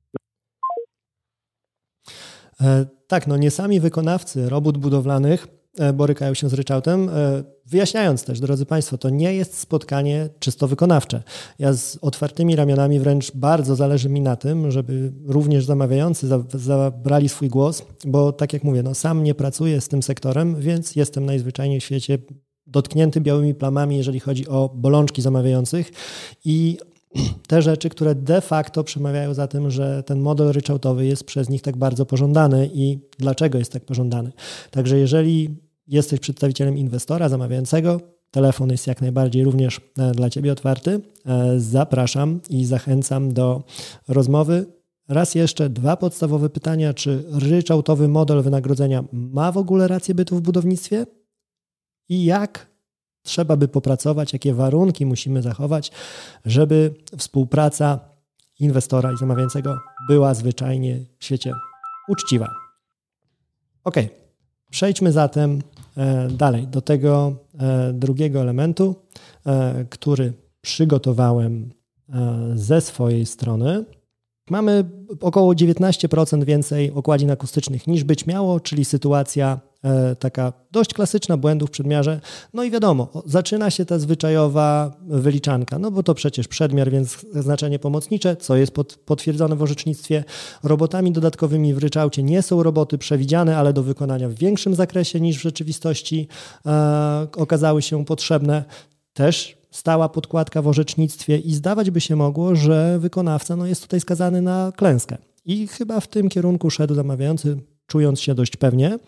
E, tak, no nie sami wykonawcy robót budowlanych borykają się z ryczałtem. Wyjaśniając też, drodzy Państwo, to nie jest spotkanie czysto wykonawcze. Ja z otwartymi ramionami wręcz bardzo zależy mi na tym, żeby również zamawiający zabrali swój głos, bo tak jak mówię, no sam nie pracuję z tym sektorem, więc jestem najzwyczajniej w świecie dotknięty białymi plamami, jeżeli chodzi o bolączki zamawiających i te rzeczy, które de facto przemawiają za tym, że ten model ryczałtowy jest przez nich tak bardzo pożądany i dlaczego jest tak pożądany. Także jeżeli jesteś przedstawicielem inwestora zamawiającego, telefon jest jak najbardziej również dla Ciebie otwarty. Zapraszam i zachęcam do rozmowy. Raz jeszcze dwa podstawowe pytania. Czy ryczałtowy model wynagrodzenia ma w ogóle rację bytu w budownictwie? I jak trzeba by popracować, jakie warunki musimy zachować, żeby współpraca inwestora i zamawiającego była zwyczajnie w świecie uczciwa. Ok, przejdźmy zatem dalej do tego drugiego elementu, który przygotowałem ze swojej strony. Mamy około dziewiętnaście procent więcej okładzin akustycznych niż być miało, czyli sytuacja taka dość klasyczna błędów w przedmiarze. No i wiadomo, zaczyna się ta zwyczajowa wyliczanka, no bo to przecież przedmiar, więc znaczenie pomocnicze, co jest pod, potwierdzone w orzecznictwie. Robotami dodatkowymi w ryczałcie nie są roboty przewidziane, ale do wykonania w większym zakresie niż w rzeczywistości e, okazały się potrzebne. Też stała podkładka w orzecznictwie i zdawać by się mogło, że wykonawca no, jest tutaj skazany na klęskę. I chyba w tym kierunku szedł zamawiający, czując się dość pewnie.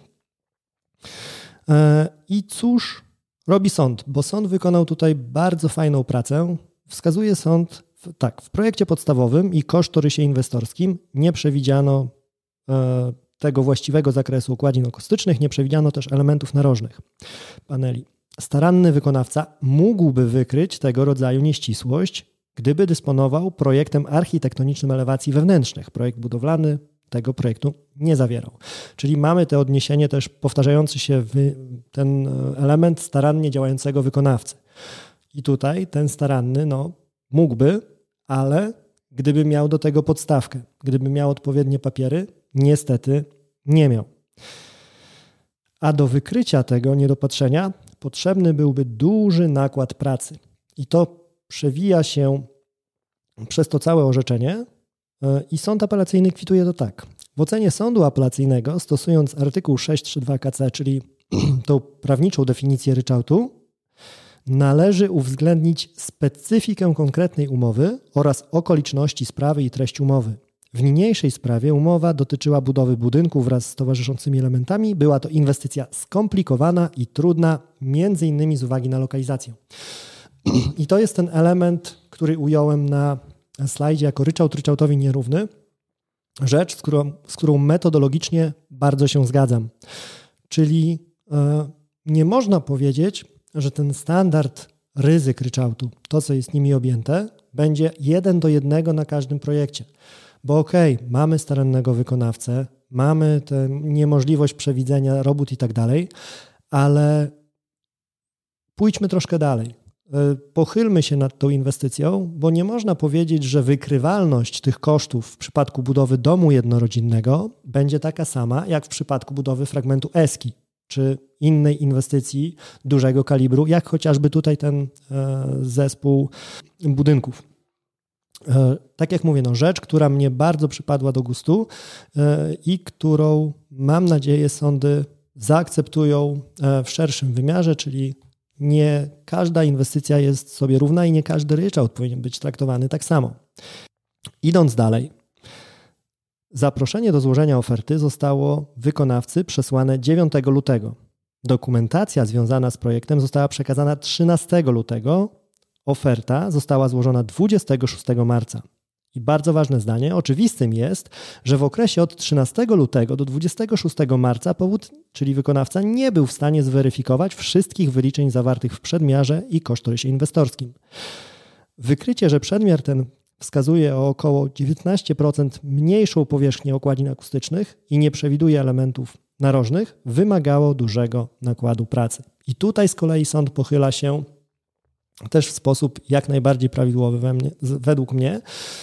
I cóż robi sąd? Bo sąd wykonał tutaj bardzo fajną pracę. Wskazuje sąd, tak, w projekcie podstawowym i kosztorysie inwestorskim nie przewidziano tego właściwego zakresu układzin akustycznych, nie przewidziano też elementów narożnych paneli. Staranny wykonawca mógłby wykryć tego rodzaju nieścisłość, gdyby dysponował projektem architektonicznym elewacji wewnętrznych. Projekt budowlany tego projektu nie zawierał. Czyli mamy to odniesienie też powtarzający się ten element starannie działającego wykonawcy. I tutaj ten staranny no, mógłby, ale gdyby miał do tego podstawkę, gdyby miał odpowiednie papiery, niestety nie miał. A do wykrycia tego niedopatrzenia potrzebny byłby duży nakład pracy. I to przewija się przez to całe orzeczenie i sąd apelacyjny kwituje to tak. W ocenie sądu apelacyjnego, stosując artykuł sześć trzy dwa K C, czyli tą prawniczą definicję ryczałtu, należy uwzględnić specyfikę konkretnej umowy oraz okoliczności sprawy i treść umowy. W niniejszej sprawie umowa dotyczyła budowy budynku wraz z towarzyszącymi elementami. Była to inwestycja skomplikowana i trudna, między innymi z uwagi na lokalizację. I to jest ten element, który ująłem na slajdzie jako ryczałt ryczałtowi nierówny. Rzecz, z którą, z którą metodologicznie bardzo się zgadzam. Czyli e, nie można powiedzieć, że ten standard ryzyk ryczałtu, to co jest nimi objęte, będzie jeden do jednego na każdym projekcie. Bo okej, okay, mamy starannego wykonawcę, mamy tę niemożliwość przewidzenia robót i tak dalej, ale pójdźmy troszkę dalej. Pochylmy się nad tą inwestycją, bo nie można powiedzieć, że wykrywalność tych kosztów w przypadku budowy domu jednorodzinnego będzie taka sama, jak w przypadku budowy fragmentu eski, czy innej inwestycji dużego kalibru, jak chociażby tutaj ten zespół budynków. Tak jak mówię, no rzecz, która mnie bardzo przypadła do gustu i którą mam nadzieję sądy zaakceptują w szerszym wymiarze, czyli nie każda inwestycja jest sobie równa i nie każdy ryczałt powinien być traktowany tak samo. Idąc dalej, zaproszenie do złożenia oferty zostało wykonawcy przesłane dziewiątego lutego. Dokumentacja związana z projektem została przekazana trzynastego lutego. Oferta została złożona dwudziestego szóstego marca. I bardzo ważne zdanie, oczywistym jest, że w okresie od trzynastego lutego do dwudziestego szóstego marca powód, czyli wykonawca, nie był w stanie zweryfikować wszystkich wyliczeń zawartych w przedmiarze i kosztorysie inwestorskim. Wykrycie, że przedmiar ten wskazuje o około dziewiętnaście procent mniejszą powierzchnię okładzin akustycznych i nie przewiduje elementów narożnych, wymagało dużego nakładu pracy. I tutaj z kolei sąd pochyla się też w sposób jak najbardziej prawidłowy we mnie, według mnie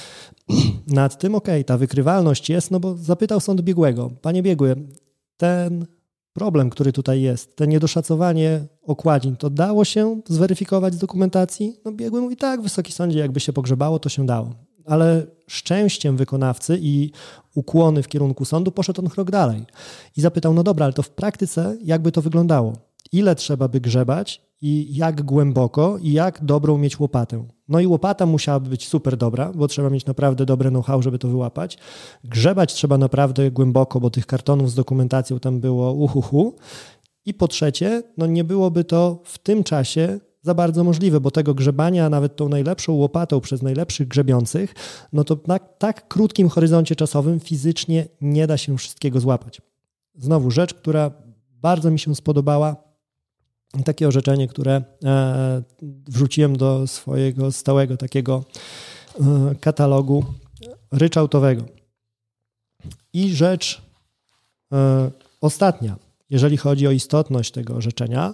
nad tym, okej, okay, ta wykrywalność jest, no bo zapytał sąd biegłego, panie biegły, ten problem, który tutaj jest, to niedoszacowanie okładzin, to dało się zweryfikować z dokumentacji? No biegły mówi, tak, wysoki sądzie, jakby się pogrzebało, to się dało. Ale szczęściem wykonawcy i ukłony w kierunku sądu poszedł on krok dalej i zapytał, no dobra, ale to w praktyce jakby to wyglądało? Ile trzeba by grzebać i jak głęboko i jak dobrą mieć łopatę? No i łopata musiałaby być super dobra, bo trzeba mieć naprawdę dobre know-how, żeby to wyłapać. Grzebać trzeba naprawdę głęboko, bo tych kartonów z dokumentacją tam było uhuhu. I po trzecie, no nie byłoby to w tym czasie za bardzo możliwe, bo tego grzebania nawet tą najlepszą łopatą przez najlepszych grzebiących, no to na tak krótkim horyzoncie czasowym fizycznie nie da się wszystkiego złapać. Znowu rzecz, która bardzo mi się spodobała, takie orzeczenie, które wrzuciłem do swojego stałego takiego katalogu ryczałtowego. I rzecz ostatnia, jeżeli chodzi o istotność tego orzeczenia,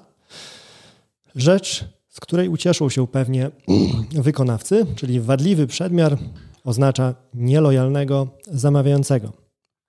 rzecz, z której ucieszą się pewnie wykonawcy, czyli wadliwy przedmiar oznacza nielojalnego zamawiającego.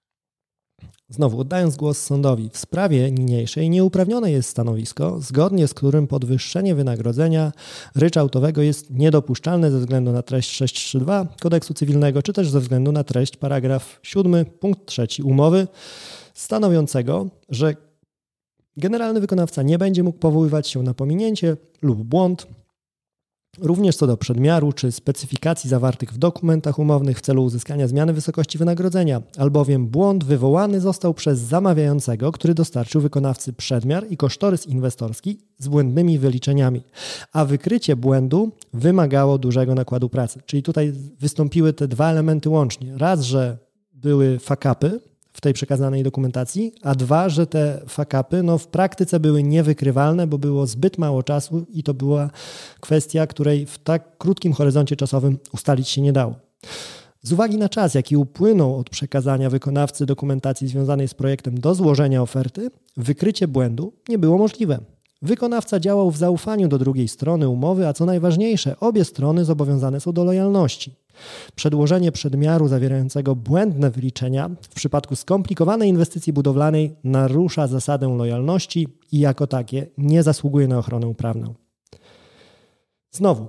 Znowu, oddając głos sądowi, w sprawie niniejszej nieuprawnione jest stanowisko, zgodnie z którym podwyższenie wynagrodzenia ryczałtowego jest niedopuszczalne ze względu na treść sześć trzy dwa Kodeksu Cywilnego, czy też ze względu na treść paragraf siódmy punkt trzeci umowy, stanowiącego, że generalny wykonawca nie będzie mógł powoływać się na pominięcie lub błąd również co do przedmiaru czy specyfikacji zawartych w dokumentach umownych w celu uzyskania zmiany wysokości wynagrodzenia, albowiem błąd wywołany został przez zamawiającego, który dostarczył wykonawcy przedmiar i kosztorys inwestorski z błędnymi wyliczeniami, a wykrycie błędu wymagało dużego nakładu pracy. Czyli tutaj wystąpiły te dwa elementy łącznie. Raz, że były fuck-upy w tej przekazanej dokumentacji, a dwa, że te fuck-upy no, w praktyce były niewykrywalne, bo było zbyt mało czasu i to była kwestia, której w tak krótkim horyzoncie czasowym ustalić się nie dało. Z uwagi na czas, jaki upłynął od przekazania wykonawcy dokumentacji związanej z projektem do złożenia oferty, wykrycie błędu nie było możliwe. Wykonawca działał w zaufaniu do drugiej strony umowy, a co najważniejsze, obie strony zobowiązane są do lojalności. Przedłożenie przedmiaru zawierającego błędne wyliczenia w przypadku skomplikowanej inwestycji budowlanej narusza zasadę lojalności i jako takie nie zasługuje na ochronę prawną. Znowu,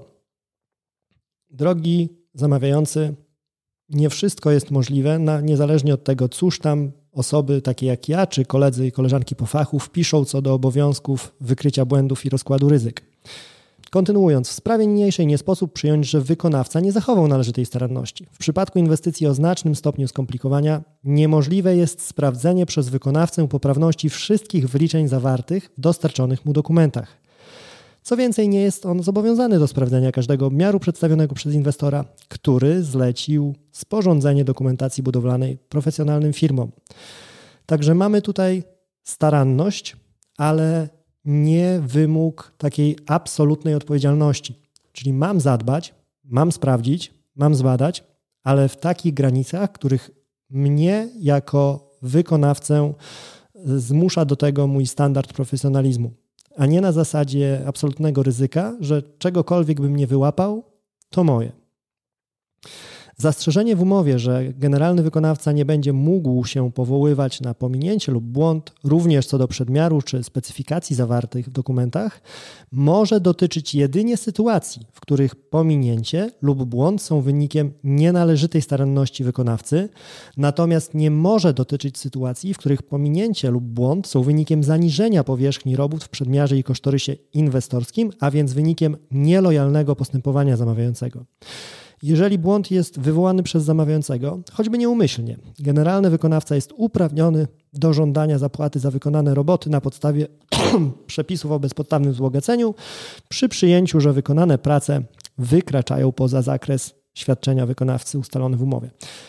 drogi zamawiający, nie wszystko jest możliwe, na, niezależnie od tego, cóż tam osoby takie jak ja, czy koledzy i koleżanki po fachu wpiszą co do obowiązków wykrycia błędów i rozkładu ryzyk. Kontynuując, w sprawie niniejszej nie sposób przyjąć, że wykonawca nie zachował należytej staranności. W przypadku inwestycji o znacznym stopniu skomplikowania niemożliwe jest sprawdzenie przez wykonawcę poprawności wszystkich wyliczeń zawartych w dostarczonych mu dokumentach. Co więcej, nie jest on zobowiązany do sprawdzenia każdego obmiaru przedstawionego przez inwestora, który zlecił sporządzenie dokumentacji budowlanej profesjonalnym firmom. Także mamy tutaj staranność, ale nie wymóg takiej absolutnej odpowiedzialności. Czyli mam zadbać, mam sprawdzić, mam zbadać, ale w takich granicach, których mnie jako wykonawcę zmusza do tego mój standard profesjonalizmu, a nie na zasadzie absolutnego ryzyka, że czegokolwiek bym nie wyłapał, to moje. Zastrzeżenie w umowie, że generalny wykonawca nie będzie mógł się powoływać na pominięcie lub błąd, również co do przedmiaru czy specyfikacji zawartych w dokumentach, może dotyczyć jedynie sytuacji, w których pominięcie lub błąd są wynikiem nienależytej staranności wykonawcy, natomiast nie może dotyczyć sytuacji, w których pominięcie lub błąd są wynikiem zaniżenia powierzchni robót w przedmiarze i kosztorysie inwestorskim, a więc wynikiem nielojalnego postępowania zamawiającego. Jeżeli błąd jest wywołany przez zamawiającego, choćby nieumyślnie, generalny wykonawca jest uprawniony do żądania zapłaty za wykonane roboty na podstawie przepisów o bezpodstawnym wzbogaceniu przy przyjęciu, że wykonane prace wykraczają poza zakres świadczenia wykonawcy ustalony w umowie.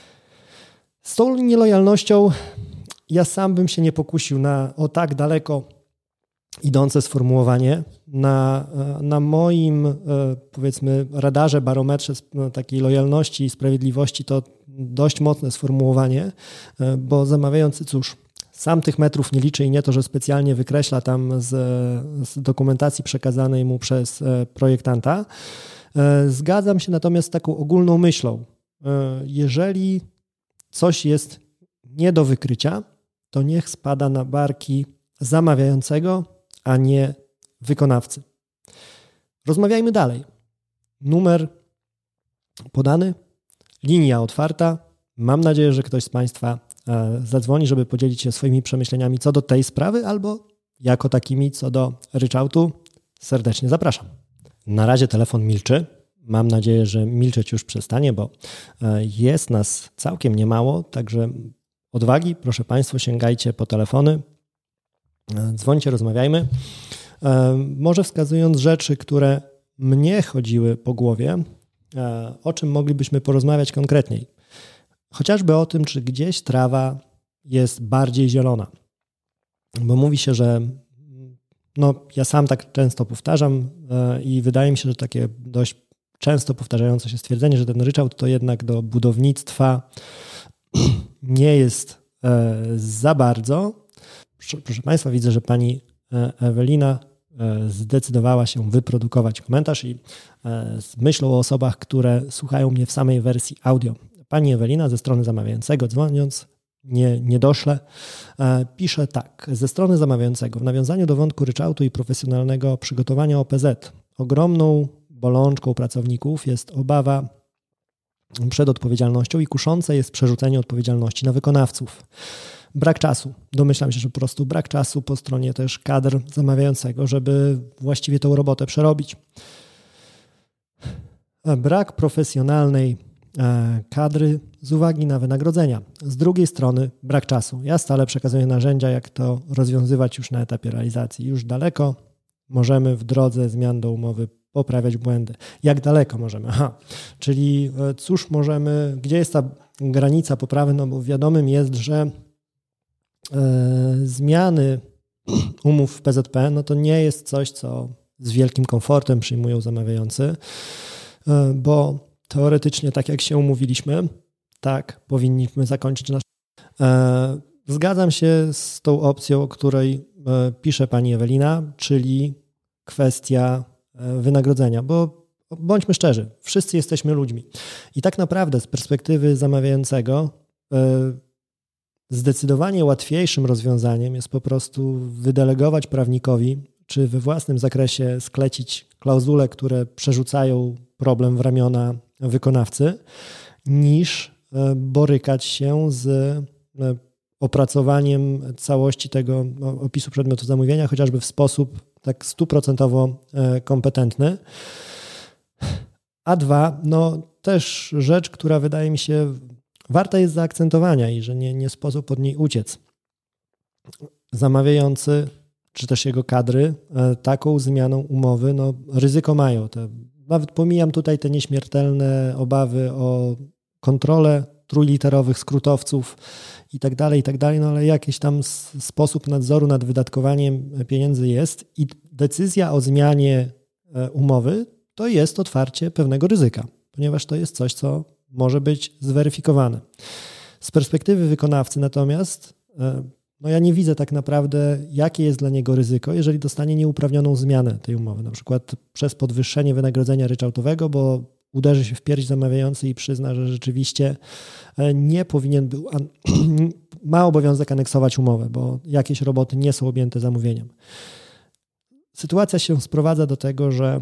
Z tą nielojalnością ja sam bym się nie pokusił na o tak daleko idące sformułowanie. Na, na moim, powiedzmy, radarze, barometrze takiej lojalności i sprawiedliwości to dość mocne sformułowanie, bo zamawiający, cóż, sam tych metrów nie liczy i nie to, że specjalnie wykreśla tam z, z dokumentacji przekazanej mu przez projektanta. Zgadzam się natomiast z taką ogólną myślą. Jeżeli coś jest nie do wykrycia, to niech spada na barki zamawiającego, a nie wykonawcy. Rozmawiajmy dalej. Numer podany, linia otwarta. Mam nadzieję, że ktoś z Państwa zadzwoni, żeby podzielić się swoimi przemyśleniami co do tej sprawy albo jako takimi co do ryczałtu. Serdecznie zapraszam. Na razie telefon milczy. Mam nadzieję, że milczeć już przestanie, bo jest nas całkiem niemało, także odwagi, proszę Państwa, sięgajcie po telefony. Dzwońcie, rozmawiajmy. Może wskazując rzeczy, które mnie chodziły po głowie, o czym moglibyśmy porozmawiać konkretniej. Chociażby o tym, czy gdzieś trawa jest bardziej zielona. Bo mówi się, że no, ja sam tak często powtarzam i wydaje mi się, że takie dość często powtarzające się stwierdzenie, że ten ryczałt to jednak do budownictwa nie jest za bardzo. Proszę Państwa, widzę, że pani Ewelina zdecydowała się wyprodukować komentarz i z myślą o osobach, które słuchają mnie w samej wersji audio. Pani Ewelina ze strony zamawiającego, dzwoniąc nie, niedoszle, pisze tak. Ze strony zamawiającego w nawiązaniu do wątku ryczałtu i profesjonalnego przygotowania O P Z ogromną bolączką pracowników jest obawa przed odpowiedzialnością i kuszące jest przerzucenie odpowiedzialności na wykonawców. Brak czasu. Domyślam się, że po prostu brak czasu po stronie też kadr zamawiającego, żeby właściwie tą robotę przerobić. Brak profesjonalnej kadry z uwagi na wynagrodzenia. Z drugiej strony brak czasu. Ja stale przekazuję narzędzia, jak to rozwiązywać już na etapie realizacji. Już daleko możemy w drodze zmian do umowy poprawiać błędy. Jak daleko możemy? Aha, czyli cóż możemy, gdzie jest ta granica poprawy? No bo wiadomym jest, że e, zmiany umów w P Z P, no to nie jest coś, co z wielkim komfortem przyjmują zamawiający, e, bo teoretycznie, tak jak się umówiliśmy, tak powinniśmy zakończyć nasz... E, zgadzam się z tą opcją, o której e, pisze pani Ewelina, czyli kwestia e, wynagrodzenia, bo bądźmy szczerzy, wszyscy jesteśmy ludźmi i tak naprawdę z perspektywy zamawiającego e, zdecydowanie łatwiejszym rozwiązaniem jest po prostu wydelegować prawnikowi, czy we własnym zakresie sklecić klauzule, które przerzucają problem w ramiona wykonawcy, niż borykać się z opracowaniem całości tego opisu przedmiotu zamówienia, chociażby w sposób tak stuprocentowo kompetentny. A dwa, no też rzecz, która wydaje mi się warta jest zaakcentowania i że nie, nie sposób od niej uciec. Zamawiający, czy też jego kadry, taką zmianą umowy, no ryzyko mają. Te, nawet pomijam tutaj te nieśmiertelne obawy o kontrolę trójliterowych skrótowców i tak dalej, i tak dalej, no ale jakiś tam sposób nadzoru nad wydatkowaniem pieniędzy jest i decyzja o zmianie umowy to jest otwarcie pewnego ryzyka, ponieważ to jest coś, co może być zweryfikowane. Z perspektywy wykonawcy natomiast no ja nie widzę tak naprawdę, jakie jest dla niego ryzyko, jeżeli dostanie nieuprawnioną zmianę tej umowy, na przykład przez podwyższenie wynagrodzenia ryczałtowego, bo uderzy się w pierś zamawiający i przyzna, że rzeczywiście nie powinien był, ma obowiązek aneksować umowę, bo jakieś roboty nie są objęte zamówieniem. Sytuacja się sprowadza do tego, że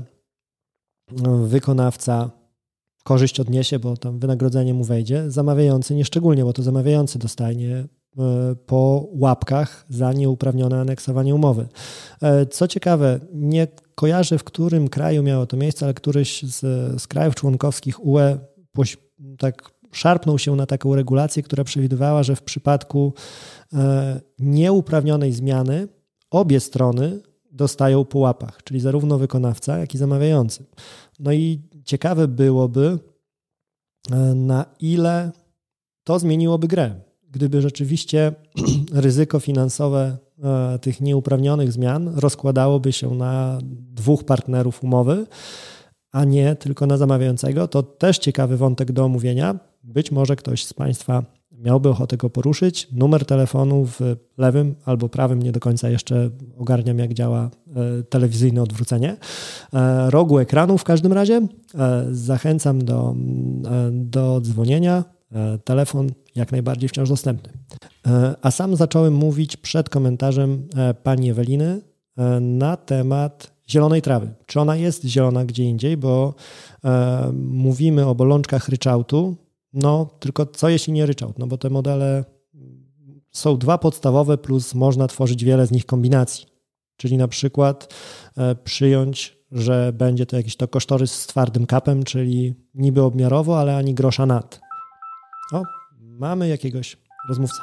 wykonawca korzyść odniesie, bo tam wynagrodzenie mu wejdzie, zamawiający nieszczególnie, bo to zamawiający dostanie po łapkach za nieuprawnione aneksowanie umowy. Co ciekawe, nie kojarzę, w którym kraju miało to miejsce, ale któryś z, z krajów członkowskich U E poś, tak szarpnął się na taką regulację, która przewidywała, że w przypadku e, nieuprawnionej zmiany obie strony dostają po łapach, czyli zarówno wykonawca, jak i zamawiający. No i ciekawe byłoby, e, na ile to zmieniłoby grę. Gdyby rzeczywiście ryzyko finansowe e, tych nieuprawnionych zmian rozkładałoby się na dwóch partnerów umowy, a nie tylko na zamawiającego, to też ciekawy wątek do omówienia. Być może ktoś z Państwa miałby ochotę go poruszyć. Numer telefonu w lewym albo prawym, nie do końca jeszcze ogarniam, jak działa e, telewizyjne odwrócenie. E, rogu ekranu w każdym razie. E, zachęcam do, e, do dzwonienia. Telefon jak najbardziej wciąż dostępny. A sam zacząłem mówić przed komentarzem pani Eweliny na temat zielonej trawy. Czy ona jest zielona gdzie indziej, bo mówimy o bolączkach ryczałtu, no tylko co jeśli nie ryczałt, no bo te modele są dwa podstawowe plus można tworzyć wiele z nich kombinacji, czyli na przykład przyjąć, że będzie to jakiś to kosztorys z twardym kapem, czyli niby obmiarowo, ale ani grosza nad. O, mamy jakiegoś rozmówcę.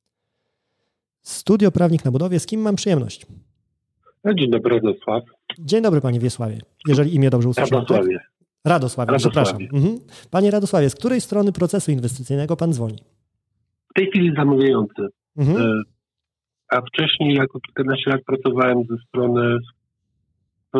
Studio Prawnik na Budowie. Z kim mam przyjemność? Dzień dobry, Radosław. Dzień dobry, panie Wiesławie. Jeżeli imię dobrze usłyszałem. Radosławie. Tak? Radosławie, Radosławie. przepraszam. Mhm. Panie Radosławie, z której strony procesu inwestycyjnego pan dzwoni? W tej chwili zamawiający. Mhm. A wcześniej jako kilkanaście lat pracowałem ze strony e,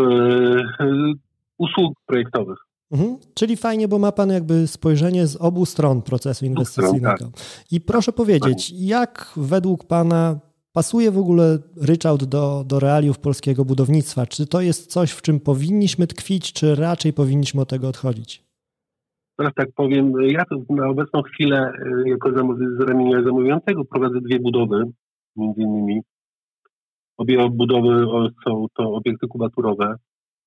usług projektowych. Mhm. Czyli fajnie, bo ma pan jakby spojrzenie z obu stron procesu inwestycyjnego. Stron, tak. I proszę powiedzieć, jak według pana pasuje w ogóle ryczałt do, do realiów polskiego budownictwa? Czy to jest coś, w czym powinniśmy tkwić, czy raczej powinniśmy od tego odchodzić? Teraz tak powiem, ja to na obecną chwilę jako zamówi- z ramienia zamawiającego prowadzę dwie budowy, między innymi. Obie budowy są to obiekty kubaturowe.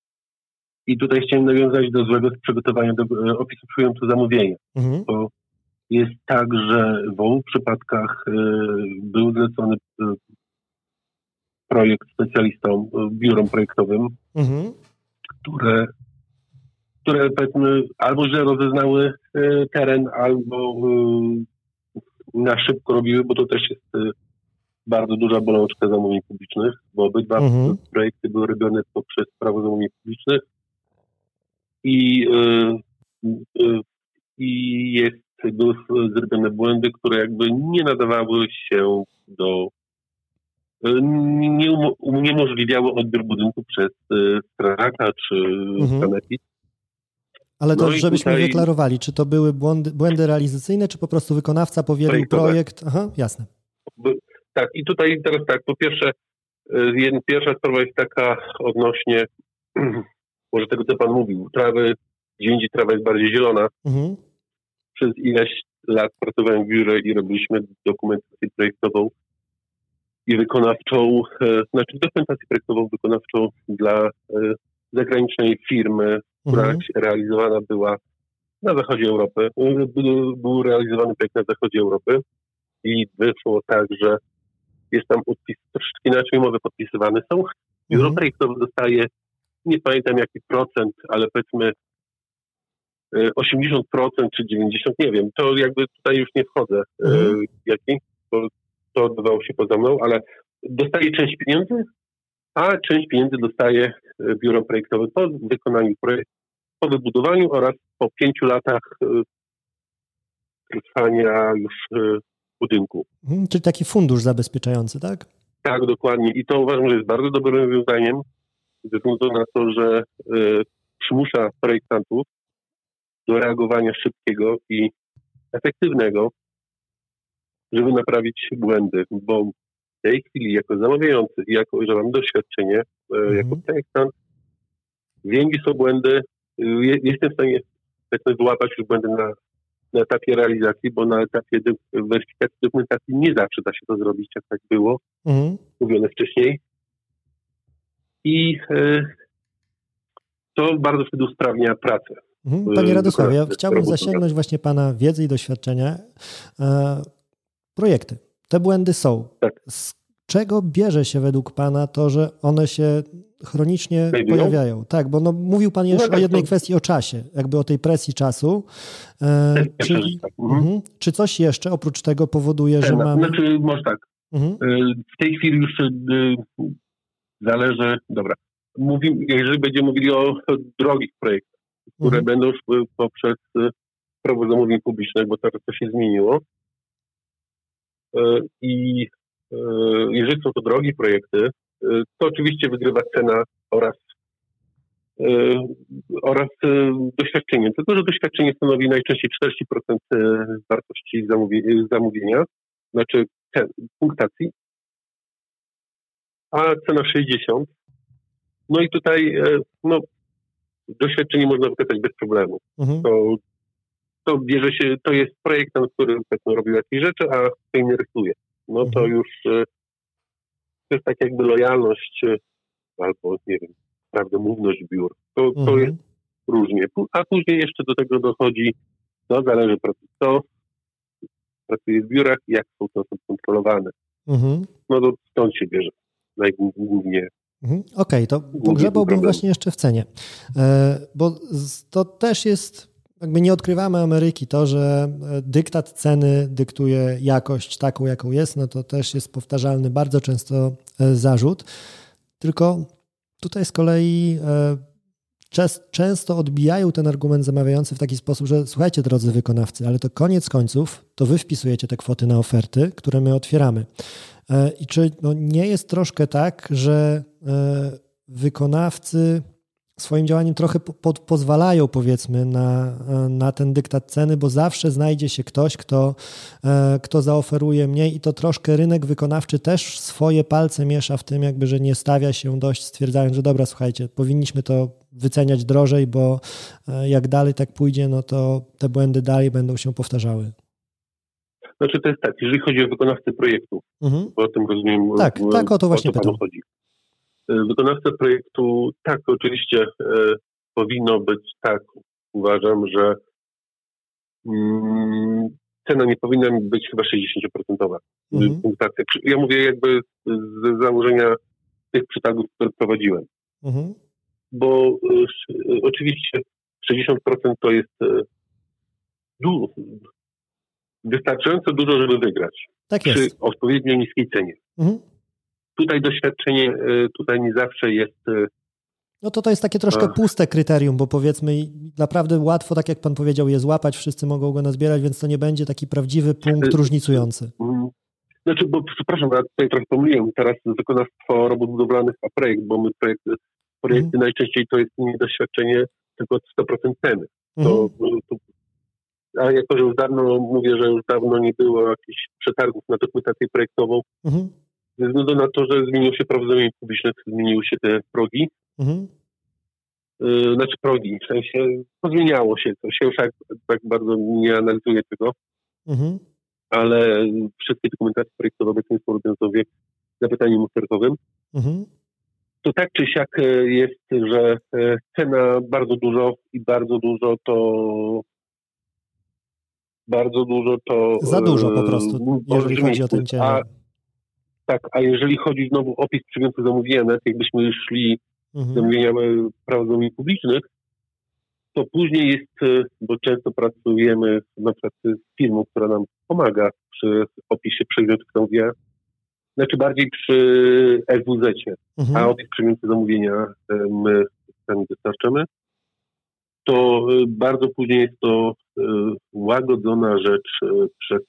I tutaj chciałem nawiązać do złego przygotowania do opisu przyjętu zamówienia. Mhm. Bo jest tak, że w obu przypadkach y, był zlecony y, projekt specjalistom, y, biurom projektowym, mhm. które, które powiedzmy albo źle rozeznały teren, albo na szybko robiły, bo to też jest bardzo duża bolączka zamówień publicznych, bo obydwa mhm. projekty były robione poprzez prawo zamówień publicznych i, i jest, były zrobione błędy, które jakby nie nadawały się do nie uniemożliwiało odbiór budynku przez strażaka czy mhm. sanepid. Ale to, no żebyśmy tutaj... wyklarowali, czy to były błędy, błędy realizacyjne, czy po prostu wykonawca powielił Projektowe. projekt? Aha, jasne. Tak, i tutaj teraz tak, po pierwsze, jedna, pierwsza sprawa jest taka odnośnie może tego, co pan mówił, trawy, gdzie indziej trawa jest bardziej zielona. Mhm. Przez ileś lat pracowałem w biurze i robiliśmy dokumentację projektową i wykonawczą, e, znaczy dokumentację projektową wykonawczą dla e, zagranicznej firmy, która mhm. realizowana była na zachodzie Europy. Był, był realizowany projekt na zachodzie Europy i wyszło tak, że jest tam odpis, troszeczkę inaczej umowy podpisywane są. Biuro mhm. projektowe dostaje, nie pamiętam jaki procent, ale powiedzmy osiemdziesiąt procent czy dziewięćdziesiąt procent, nie wiem, to jakby tutaj już nie wchodzę, mhm. jaki, bo to odbywało się poza mną, ale dostaje część pieniędzy, a część pieniędzy dostaje biuro projektowe po wykonaniu projektu, po wybudowaniu oraz po pięciu latach trwania już budynku. Mhm, czyli taki fundusz zabezpieczający, tak? Tak, dokładnie. I to uważam, że jest bardzo dobrym rozwiązaniem, ze względu na to, że y, przymusza projektantów do reagowania szybkiego i efektywnego, żeby naprawić błędy, bo w tej chwili jako zamawiający i jako, że mam doświadczenie, mm-hmm. jako projektant, wiem, gdzie są błędy, jestem w stanie wyłapać już błędy na, na etapie realizacji, bo na etapie do, weryfikacji dokumentacji nie zawsze da się to zrobić, jak tak było mm-hmm. mówione wcześniej. I y, to bardzo wtedy usprawnia pracę. Panie Radosławie, ja chciałbym zasięgnąć właśnie Pana wiedzy i doświadczenia. E, projekty. Te błędy są. Tak. Z czego bierze się według Pana to, że one się chronicznie Znajdują? pojawiają? Tak, bo no, mówił Pan jeszcze no, tak, o jednej to... kwestii, o czasie, jakby o tej presji czasu. E, czyli, tak. mhm. Czy coś jeszcze oprócz tego powoduje, Ten, że mamy... Znaczy, może tak. Mhm. W tej chwili już y, zależy... Dobra. Mówimy, jeżeli będziemy mówili o, o drogich projektach, które mhm. będą szły poprzez prawo zamówień publicznych, bo teraz to się zmieniło. I jeżeli są to drogie projekty, to oczywiście wygrywa cena oraz, oraz doświadczenie. Tylko że doświadczenie stanowi najczęściej czterdzieści procent wartości zamówienia, znaczy punktacji, a cena sześćdziesiąt procent. No i tutaj no, doświadczenie można wykazać bez problemu. Mhm. To, to bierze się, to jest projektant, który robił jakieś rzeczy, a kto inny rysuje. No mhm. to już to jest tak jakby lojalność albo, nie wiem, prawdomówność biur. To, mhm. to jest różnie. A później jeszcze do tego dochodzi, no zależy kto pracuje w biurach i jak są to osoby kontrolowane. Mhm. No to stąd się bierze najgłównie. Mhm. Okej, okay, to pogrzebałbym właśnie jeszcze w cenie, e, bo to też jest, jakby nie odkrywamy Ameryki, to, że dyktat ceny dyktuje jakość taką, jaką jest, no to też jest powtarzalny bardzo często zarzut, tylko tutaj z kolei e, czas, często odbijają ten argument zamawiający w taki sposób, że słuchajcie, drodzy wykonawcy, ale to koniec końców, to wy wpisujecie te kwoty na oferty, które my otwieramy. I czy no nie jest troszkę tak, że wykonawcy swoim działaniem trochę po, pozwalają, powiedzmy, na, na ten dyktat ceny, bo zawsze znajdzie się ktoś, kto, kto zaoferuje mniej i to troszkę rynek wykonawczy też swoje palce miesza w tym, jakby, że nie stawia się dość, stwierdzając, że dobra, słuchajcie, powinniśmy to wyceniać drożej, bo jak dalej tak pójdzie, no to te błędy dalej będą się powtarzały. Znaczy to jest tak, jeżeli chodzi o wykonawcę projektu, mhm. bo o tym rozumiem, tak, o, tak, o to właśnie o to panu chodzi. Wykonawca projektu, tak, oczywiście e, powinno być tak, uważam, że mm, cena nie powinna być chyba sześćdziesiąt procent. Mhm. Ja mówię jakby z założenia tych przetargów, które prowadziłem. Mhm. Bo e, oczywiście sześćdziesiąt procent to jest du- wystarczająco dużo, żeby wygrać. Tak jest. Przy odpowiednio niskiej cenie. Mhm. Tutaj doświadczenie tutaj nie zawsze jest... No to to jest takie troszkę puste kryterium, bo powiedzmy naprawdę łatwo, tak jak pan powiedział, je złapać, wszyscy mogą go nazbierać, więc to nie będzie taki prawdziwy punkt różnicujący. Znaczy, bo przepraszam, ja tutaj trochę pomyliłem. Teraz wykonawstwo robót budowlanych, a projekt, bo my projekty, projekty mhm. najczęściej to jest nie doświadczenie, tylko sto procent ceny. To, mhm. to, a jako, że już dawno, mówię, że już dawno nie było jakichś przetargów na dokumentację projektową, mhm. ze względu na to, że zmieniło się prawo zamówień publicznych, zmieniły się te progi. Mhm. Yy, znaczy progi, w sensie pozmieniało się, to się już tak, tak bardzo nie analizuje tego, mhm. ale wszystkie dokumentacje projektowe obecnie są obowiązkowe zapytaniem usterkowym. Mhm. To tak czy siak jest, że cena bardzo dużo i bardzo dużo to bardzo dużo to... Za dużo po prostu, jeżeli chodzi o ten ciężar. Tak, a jeżeli chodzi znowu o opis przedmiotu zamówienia, nawet jakbyśmy już szli mhm. zamówienia praw zamówień publicznych, to później jest, bo często pracujemy na przykład z firmą, która nam pomaga przy opisie przedmiotu zamówienia, znaczy bardziej przy S W Z-cie, mhm. a opis przedmiotu zamówienia my sami dostarczamy, to bardzo później jest to łagodzona rzecz przez,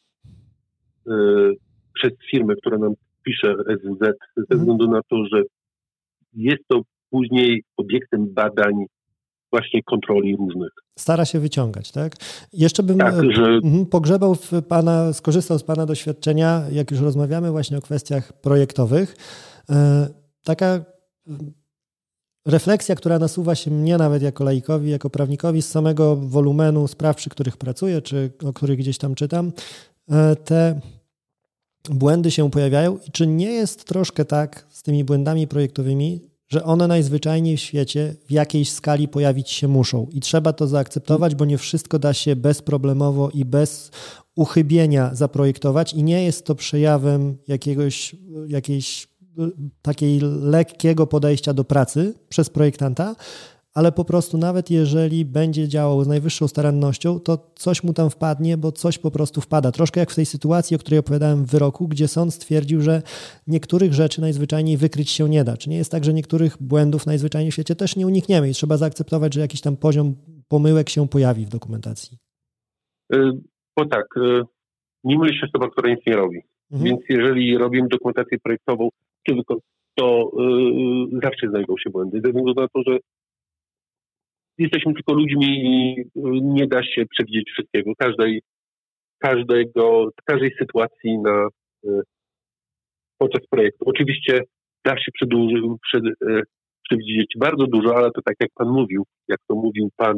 przez firmę, która nam pisze S W Z, ze względu na to, że jest to później obiektem badań właśnie kontroli różnych. Stara się wyciągać, tak? Jeszcze bym tak, że... pogrzebał w pana, skorzystał z pana doświadczenia, jak już rozmawiamy właśnie o kwestiach projektowych. Taka refleksja, która nasuwa się mnie nawet jako laikowi, jako prawnikowi z samego wolumenu spraw, przy których pracuję, czy o których gdzieś tam czytam, te błędy się pojawiają i czy nie jest troszkę tak z tymi błędami projektowymi, że one najzwyczajniej w świecie w jakiejś skali pojawić się muszą i trzeba to zaakceptować, bo nie wszystko da się bezproblemowo i bez uchybienia zaprojektować i nie jest to przejawem jakiegoś, jakiejś takiej lekkiego podejścia do pracy przez projektanta, ale po prostu nawet jeżeli będzie działał z najwyższą starannością, to coś mu tam wpadnie, bo coś po prostu wpada. Troszkę jak w tej sytuacji, o której opowiadałem w wyroku, gdzie sąd stwierdził, że niektórych rzeczy najzwyczajniej wykryć się nie da. Czy nie jest tak, że niektórych błędów najzwyczajniej w świecie też nie unikniemy i trzeba zaakceptować, że jakiś tam poziom pomyłek się pojawi w dokumentacji? Bo tak, nie myli się osoba, która nic nie robi. Mhm. Więc jeżeli robimy dokumentację projektową, to yy, zawsze znajdą się błędy. Ze względu na to, że jesteśmy tylko ludźmi i nie da się przewidzieć wszystkiego. Każdej, każdego, każdej sytuacji na, yy, podczas projektu. Oczywiście da się przedłuży, przed, yy, przewidzieć bardzo dużo, ale to tak jak pan mówił, jak to mówił pan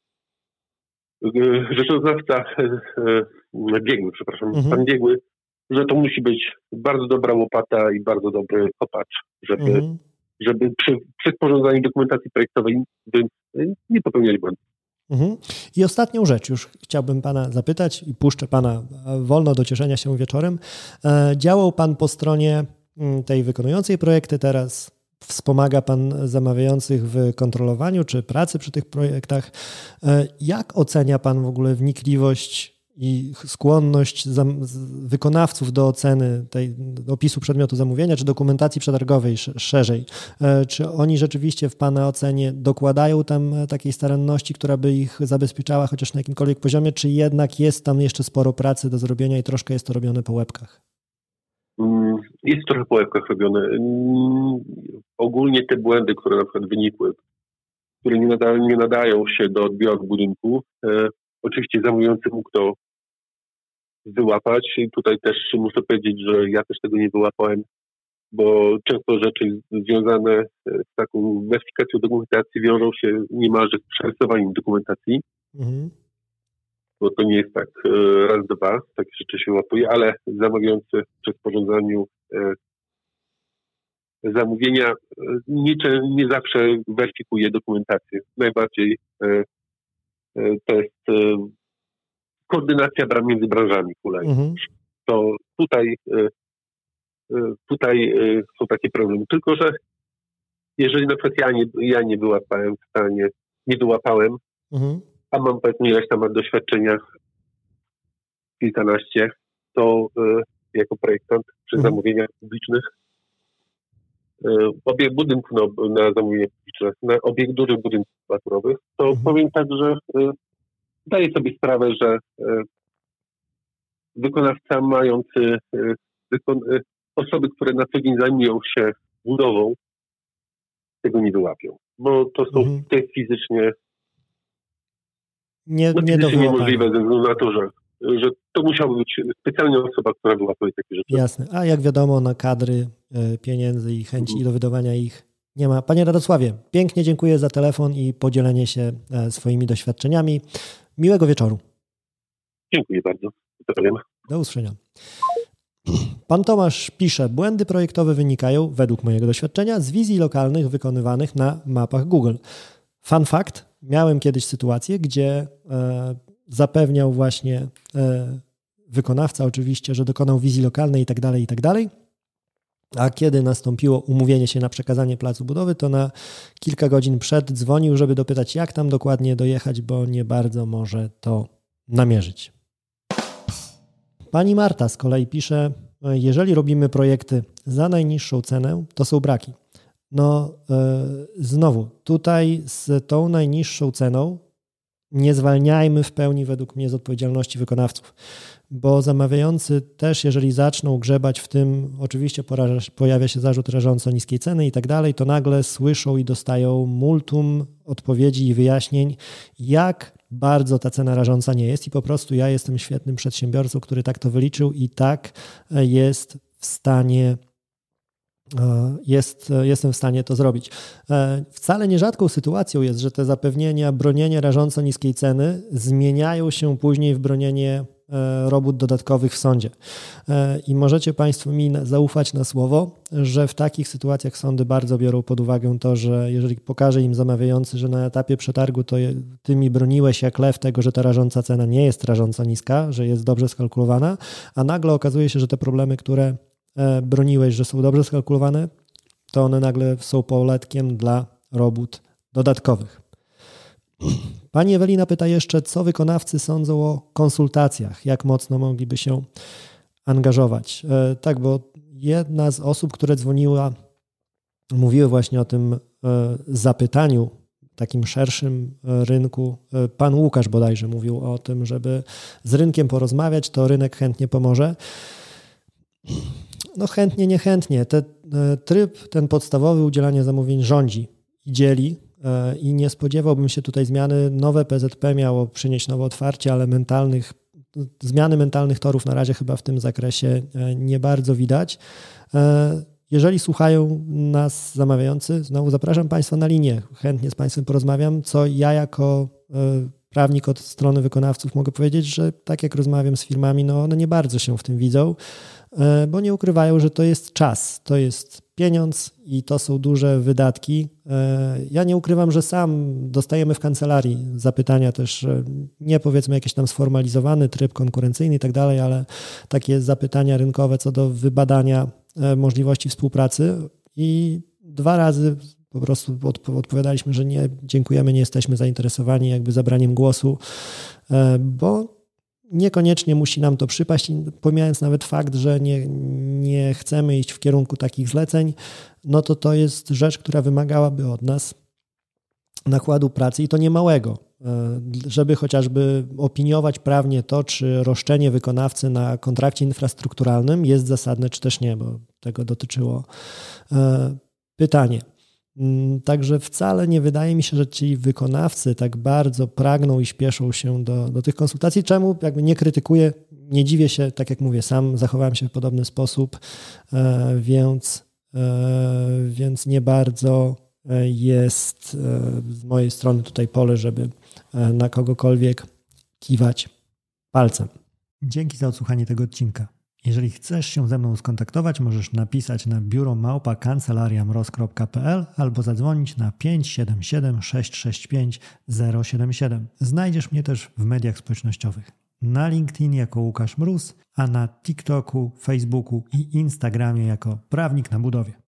yy, rzeczoznawca yy, biegły, przepraszam, mhm. pan biegły, że to musi być bardzo dobra łopata i bardzo dobry kopacz, żeby, mm. żeby przy, przy sporządzaniu dokumentacji projektowej nie popełniali błędów. Mm. I ostatnią rzecz już chciałbym pana zapytać i puszczę pana wolno do cieszenia się wieczorem. Działał pan po stronie tej wykonującej projekty, teraz wspomaga pan zamawiających w kontrolowaniu czy pracy przy tych projektach. Jak ocenia pan w ogóle wnikliwość i skłonność wykonawców do oceny tej opisu przedmiotu zamówienia, czy dokumentacji przetargowej szerzej? Czy oni rzeczywiście w pana ocenie dokładają tam takiej staranności, która by ich zabezpieczała chociaż na jakimkolwiek poziomie, czy jednak jest tam jeszcze sporo pracy do zrobienia i troszkę jest to robione po łebkach? Jest trochę po łebkach robione. Ogólnie te błędy, które na przykład wynikły, które nie nadają, nie nadają się do odbioru budynku, oczywiście zamówiący mógł to wyłapać i tutaj też muszę powiedzieć, że ja też tego nie wyłapałem, bo często rzeczy związane z taką weryfikacją dokumentacji wiążą się niemalże z przerysowaniem dokumentacji, mhm. bo to nie jest tak raz, dwa, takie rzeczy się łapuje, ale zamawiający przy sporządzaniu zamówienia nie, nie zawsze weryfikuje dokumentację. Najbardziej to jest koordynacja między branżami kolei. Mhm. To tutaj, tutaj są takie problemy. Tylko że jeżeli na przykład ja nie, ja nie byłapałem w stanie nie wyłapałem, Mhm. a mam powiedzmy ileś tam doświadczenia, kilkanaście, to y, jako projektant przy Mhm. zamówieniach publicznych, y, obiekt budynku na, na zamówienia publiczne, na obiekt dużych budynków platurowych, to Mhm. powiem tak, że y, zdaję sobie sprawę, że y, wykonawca mający y, wykon- y, osoby, które na co dzień zajmują się budową, tego nie wyłapią. Bo to są Mhm. te fizycznie, Nie, no, nie do fizycznie niemożliwe wyłapania. ze względu na to, że, że to musiałaby być specjalna osoba, która wyłapuje takie rzeczy. Jasne. A jak wiadomo, na kadry e, pieniędzy i chęci Mhm. do wydawania ich nie ma. Panie Radosławie, pięknie dziękuję za telefon i podzielenie się e, swoimi doświadczeniami. Miłego wieczoru. Dziękuję bardzo. Pozdrawiam. Do usłyszenia. Pan Tomasz pisze, błędy projektowe wynikają, według mojego doświadczenia, z wizji lokalnych wykonywanych na mapach Google. Fun fact, miałem kiedyś sytuację, gdzie e, zapewniał właśnie e, wykonawca oczywiście, że dokonał wizji lokalnej i tak dalej, i tak dalej. A kiedy nastąpiło umówienie się na przekazanie placu budowy, to na kilka godzin przed dzwonił, żeby dopytać, jak tam dokładnie dojechać, bo nie bardzo może to namierzyć. Pani Marta z kolei pisze, jeżeli robimy projekty za najniższą cenę, to są braki. No yy, znowu, tutaj z tą najniższą ceną nie zwalniajmy w pełni według mnie z odpowiedzialności wykonawców, bo zamawiający też, jeżeli zaczną grzebać w tym, oczywiście poraża, pojawia się zarzut rażąco niskiej ceny i tak dalej, to nagle słyszą i dostają multum odpowiedzi i wyjaśnień, jak bardzo ta cena rażąca nie jest i po prostu ja jestem świetnym przedsiębiorcą, który tak to wyliczył i tak jest w stanie Jest, jestem w stanie to zrobić. Wcale nierzadką sytuacją jest, że te zapewnienia, bronienie rażąco niskiej ceny zmieniają się później w bronienie robót dodatkowych w sądzie. I możecie Państwo mi zaufać na słowo, że w takich sytuacjach sądy bardzo biorą pod uwagę to, że jeżeli pokaże im zamawiający, że na etapie przetargu to ty mi broniłeś jak lew tego, że ta rażąca cena nie jest rażąco niska, że jest dobrze skalkulowana, a nagle okazuje się, że te problemy, które broniłeś, że są dobrze skalkulowane, to one nagle są poletkiem dla robót dodatkowych. Pani Ewelina pyta jeszcze, co wykonawcy sądzą o konsultacjach, jak mocno mogliby się angażować. Tak, bo jedna z osób, które dzwoniła, mówiły właśnie o tym zapytaniu, takim szerszym rynku. Pan Łukasz bodajże mówił o tym, żeby z rynkiem porozmawiać, to rynek chętnie pomoże. No chętnie, niechętnie. Te, tryb ten podstawowy udzielania zamówień rządzi i dzieli i nie spodziewałbym się tutaj zmiany. Nowe P Z P miało przynieść nowe otwarcie, ale mentalnych, zmiany mentalnych torów na razie chyba w tym zakresie nie bardzo widać. Jeżeli słuchają nas zamawiający, znowu zapraszam Państwa na linię. Chętnie z Państwem porozmawiam, co ja jako prawnik od strony wykonawców mogę powiedzieć, że tak jak rozmawiam z firmami, no one nie bardzo się w tym widzą, bo nie ukrywają, że to jest czas, to jest pieniądz i to są duże wydatki. Ja nie ukrywam, że sam dostajemy w kancelarii zapytania też, nie powiedzmy jakiś tam sformalizowany tryb konkurencyjny i tak dalej, ale takie zapytania rynkowe co do wybadania możliwości współpracy i dwa razy po prostu odpowiadaliśmy, że nie, dziękujemy, nie jesteśmy zainteresowani jakby zabraniem głosu, bo niekoniecznie musi nam to przypaść, pomijając nawet fakt, że nie, nie chcemy iść w kierunku takich zleceń, no to to jest rzecz, która wymagałaby od nas nakładu pracy i to niemałego, żeby chociażby opiniować prawnie to, czy roszczenie wykonawcy na kontrakcie infrastrukturalnym jest zasadne, czy też nie, bo tego dotyczyło pytanie. Także wcale nie wydaje mi się, że ci wykonawcy tak bardzo pragną i śpieszą się do, do tych konsultacji, czemu jakby nie krytykuję, nie dziwię się, tak jak mówię, sam zachowałem się w podobny sposób, więc, więc nie bardzo jest z mojej strony tutaj pole, żeby na kogokolwiek kiwać palcem. Dzięki za odsłuchanie tego odcinka. Jeżeli chcesz się ze mną skontaktować, możesz napisać na biuro małpa kancelaria mroz kropka p l albo zadzwonić na pięć siedem siedem sześć sześć pięć zero siedem siedem. Znajdziesz mnie też w mediach społecznościowych. Na LinkedIn jako Łukasz Mróz, a na TikToku, Facebooku i Instagramie jako Prawnik na Budowie.